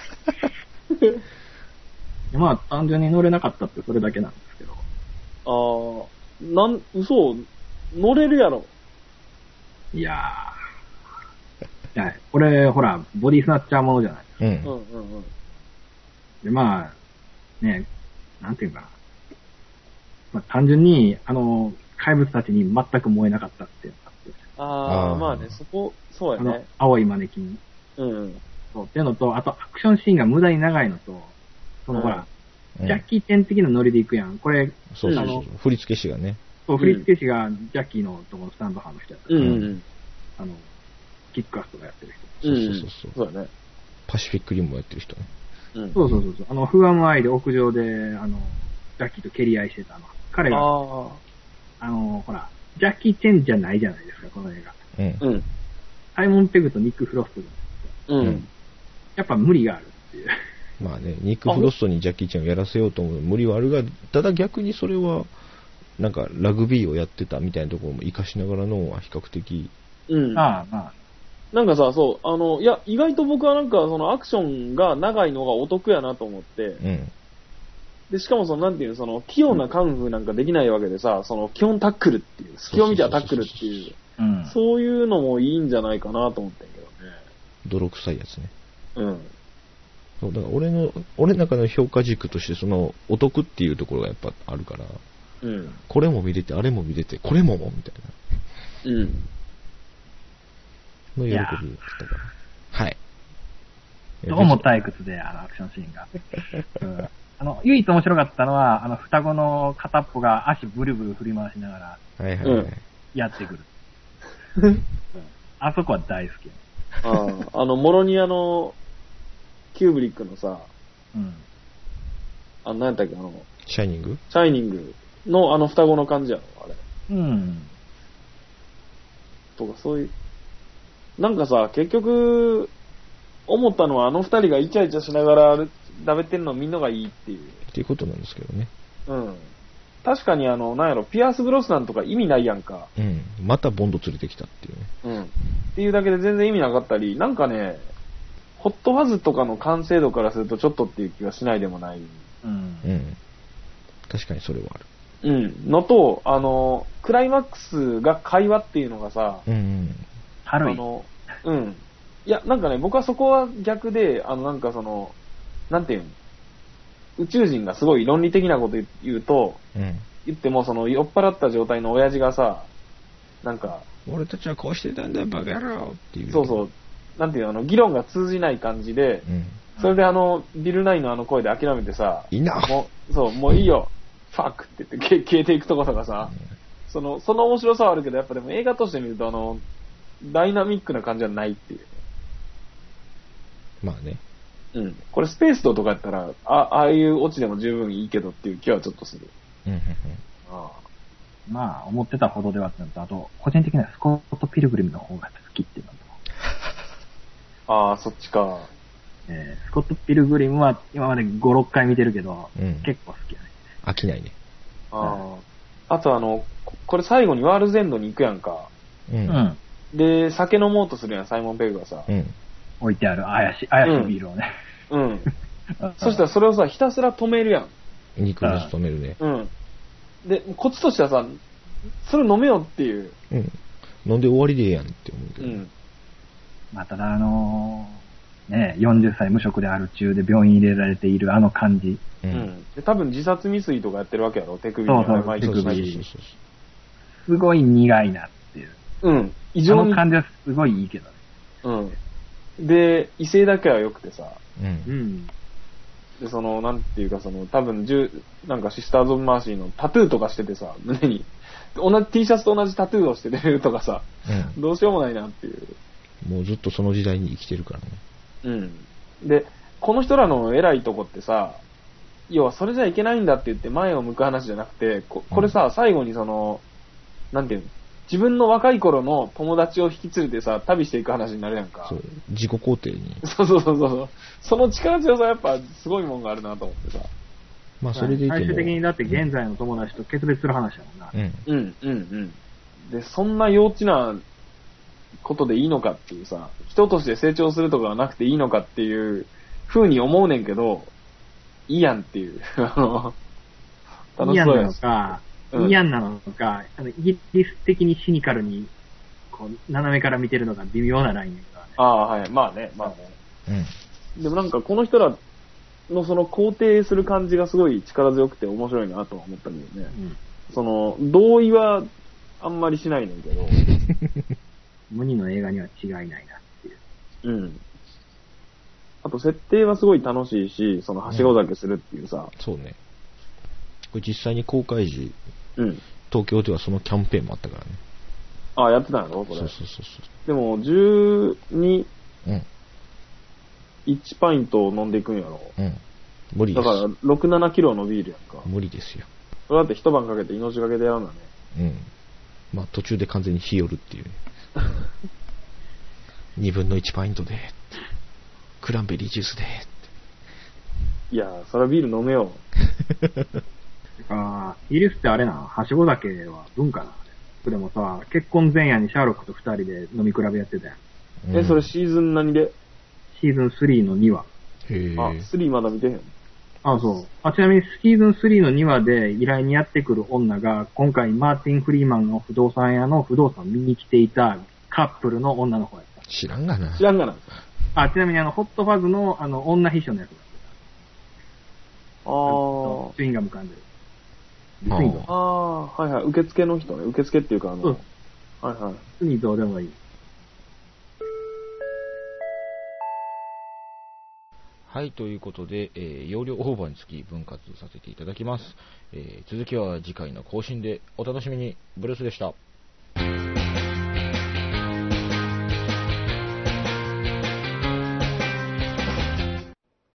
まあ、単純に乗れなかったってそれだけなんですけど。
あー、なん、嘘、乗れるやろ。
いやー。いや、これ、ほら、ボディスナッチャーものじゃないですか。
うん。
うんうんうん。
で、まあ、ね、なんていうかな。まあ、単純に、あの、怪物たちに全く燃えなかったっていうのがあって。
あー、まあね、そこ、そうやね。
あの、青いマネキン。
うん、うん。
そう、っていうのと、あと、アクションシーンが無駄に長いのと、その、うん、ほら、ジャッキーチェン的なノリで行くやん。これ、
そうそうそう。振付師がね。
そう、振付師がジャッキーのところのスタンドハンの人やったから、
うんうん、
あの、キックアスとかやってる
人。そうそうそう。そうだね。
パシフィックリムもやってる人ね。
うん、そうそうそうそう。あの、フアムアイで屋上で、あの、ジャッキーと蹴り合いしてたの。彼が、あ, あの、ほら、ジャッキー・チェンじゃないじゃないですか、この映画。
うん。
サイモン・ペグとニック・フロストじゃないですか。うん。やっぱ無理があるっていう。
まあね、ニック・フロストにジャッキー・チェンをやらせようと思う無理はあるが、ただ逆にそれは、なんかラグビーをやってたみたいなところも活かしながらのは比較的。
うん。
ああ、まあ。
なんかさ、そう、あの、いや、意外と僕はなんかそのアクションが長いのがお得やなと思って。
うん。
で、しかもその、なんていうの、その、器用なカンフーなんかできないわけでさ、その、基本タックルっていう、隙を見てはタックルっていう、そういうのもいいんじゃないかなと思ってんけどね。
泥臭いやつね。
うん。
そう、だから俺の、俺の中の評価軸として、その、お得っていうところがやっぱあるから、うん。これも見れて、あれも見れて、これもも、みたいな。うん。の喜びだったから。はい。
どうも退屈で、あの、アクションシーンが。うん、あの、唯一面白かったのは、あの、双子の片っぽが足ブルブル振り回しながら、はいはいはい。やってくる。うん、あそこは大好き。
ああ、あの、モロニアの、キューブリックのさ、うん。あ、なんやったっけ、あの、
シャイニング
シャイニングのあの双子の感じやろ、あれ。うん。とか、そういう。なんかさ、結局、思ったのはあの二人がイチャイチャしながら食べてるのを見るのがいいっていう。
っていうことなんですけどね。
うん。確かにあの、なんやろ、ピアース・ブロスナンとか意味ないやんか。
うん。またボンド連れてきたっていうね。
うん。っていうだけで全然意味なかったり、なんかね、ホットワズとかの完成度からするとちょっとっていう気はしないでもない。うん。
うん。確かにそれはある。
うん。のと、あの、クライマックスが会話っていうのがさ、うん、うん。
軽い。
あの、うん。いや、なんかね、僕はそこは逆で、あの、なんかその、なんていうの、宇宙人がすごい論理的なこと言うと、うん、言っても、その、酔っ払った状態の親父がさ、なんか、
俺たちはこうしてたんだよ、バカ野郎っていう。
そうそう。なんていうの、あの、議論が通じない感じで、うん、それであの、ビルナインのあの声で諦めてさ、
いいな
もう、そう、もういいよ、ファックって言って消えていくとことかさ、うん、その、その面白さはあるけど、やっぱでも映画として見ると、あの、ダイナミックな感じはないっていう。
まあね。
うん。これスペースドとかやったら、あ、ああいうオチでも十分いいけどっていう気はちょっとする。うんうんうん。
ああ。まあ、思ってたほどではってのと、あと、個人的にはスコット・ピルグリムの方が好きっていうのと。
ああ、そっちか。
えー、スコット・ピルグリムは今までご、ろっかい見てるけど、うん、結構好きやね。
飽きないね。
ああ。あとあの、これ最後にワールズエンドに行くやんか。うん。で、酒飲もうとするやん、サイモン・ペグがさ。うん。
置いてある怪しい、怪しいビールをね。
うん。うん、そしたらそれをさ、ひたすら止めるやん。
肉の止めるね。
うん。で、こっちとしてはさ、それ飲めよっていう。
うん。飲んで終わりでええやんって思うけど。うん。
まあ、ただあのー、ね、よんじゅっさい無職である中で病院入れられているあの感じ。
うん。うん、で多分自殺未遂とかやってるわけやろ、手首に。そうそう、手首。
すごい苦いなっていう。
うん。
異常に。あの感じはすごいいいけどね。
うん。で、異性だけは良くてさ。うん。で、その、なんていうか、その、多分、じゅなんかシスターズ・オブ・マーシーのタトゥーとかしててさ、胸に。同じ T シャツと同じタトゥーをしてるとかさ、うん、どうしようもないなっていう。
もうずっとその時代に生きてるからね。
うん。で、この人らの偉いとこってさ、要はそれじゃいけないんだって言って前を向く話じゃなくて、こ, これさ、うん、最後にその、なんていうの、自分の若い頃の友達を引き連れてさ、旅していく話になるやんか。
そう、自己肯定に。
そうそうそうそう。その力強さやっぱすごいもんがあるなと思ってさ。
まあそれでいても最終的にだって現在の友達と決別する話だもんな。
うん。うん、うん、うん。で、そんな幼稚なことでいいのかっていうさ、人として成長するとかはなくていいのかっていう風に思うねんけど、いいやんっていう。あの、
楽しそうやん。いいやんなのか、うん、嫌なのか、あの、イギリス的にシニカルに、こう、斜めから見てるのが微妙なラインだからね。
ああ、はい。まあね、まあね。うん。でもなんかこの人らのその肯定する感じがすごい力強くて面白いなとは思ったんだよね。うん。その、同意はあんまりしないねんけど。
無二の映画には違いないなっていう。
うん。あと設定はすごい楽しいし、そのはしご酒するっていうさ。
うん、そうね。これ実際に公開時、うん、東京ではそのキャンペーンもあったからね。
ああ、やってたんやろこれ。
そうそうそうそう。
でも、じゅうに、うん、いちパイント飲んでいくんやろ。うん。
無理です。
だから、ろく、ななキロのビールやんか。
無理ですよ。
それだって一晩かけて命がけでやるんだね。
うん。まあ、途中で完全に日和るっていう、ね。にぶんのいちパイントで、クランベリージュースで。
いやー、それはビール飲めよう。
ああ、イギリスってあれな、はしご酒は文化な。でもさ、結婚前夜にシャーロックと二人で飲み比べやってたや
ん。え、それシーズン何で？
シーズンスリーのにわ。
へぇあ、スリーまだ見てへん。
あ、そう。あ、ちなみにシーズンスリーのにわで依頼にやってくる女が、今回マーティン・フリーマンの不動産屋の不動産を見に来ていたカップルの女の子やった。
知らんがな。
知らんがな。
あ、ちなみにあの、ホットファズの、あの、女秘書のやつが
ああ。
チューインガム噛んでる。
ああ、はいはい。受付の人ね。受付っていうか、あの、はいはい。
普通にどうでもいい。
はい、ということで、えー、容量オーバーにつき分割させていただきます。えー、続きは次回の更新でお楽しみに。ブルースでした。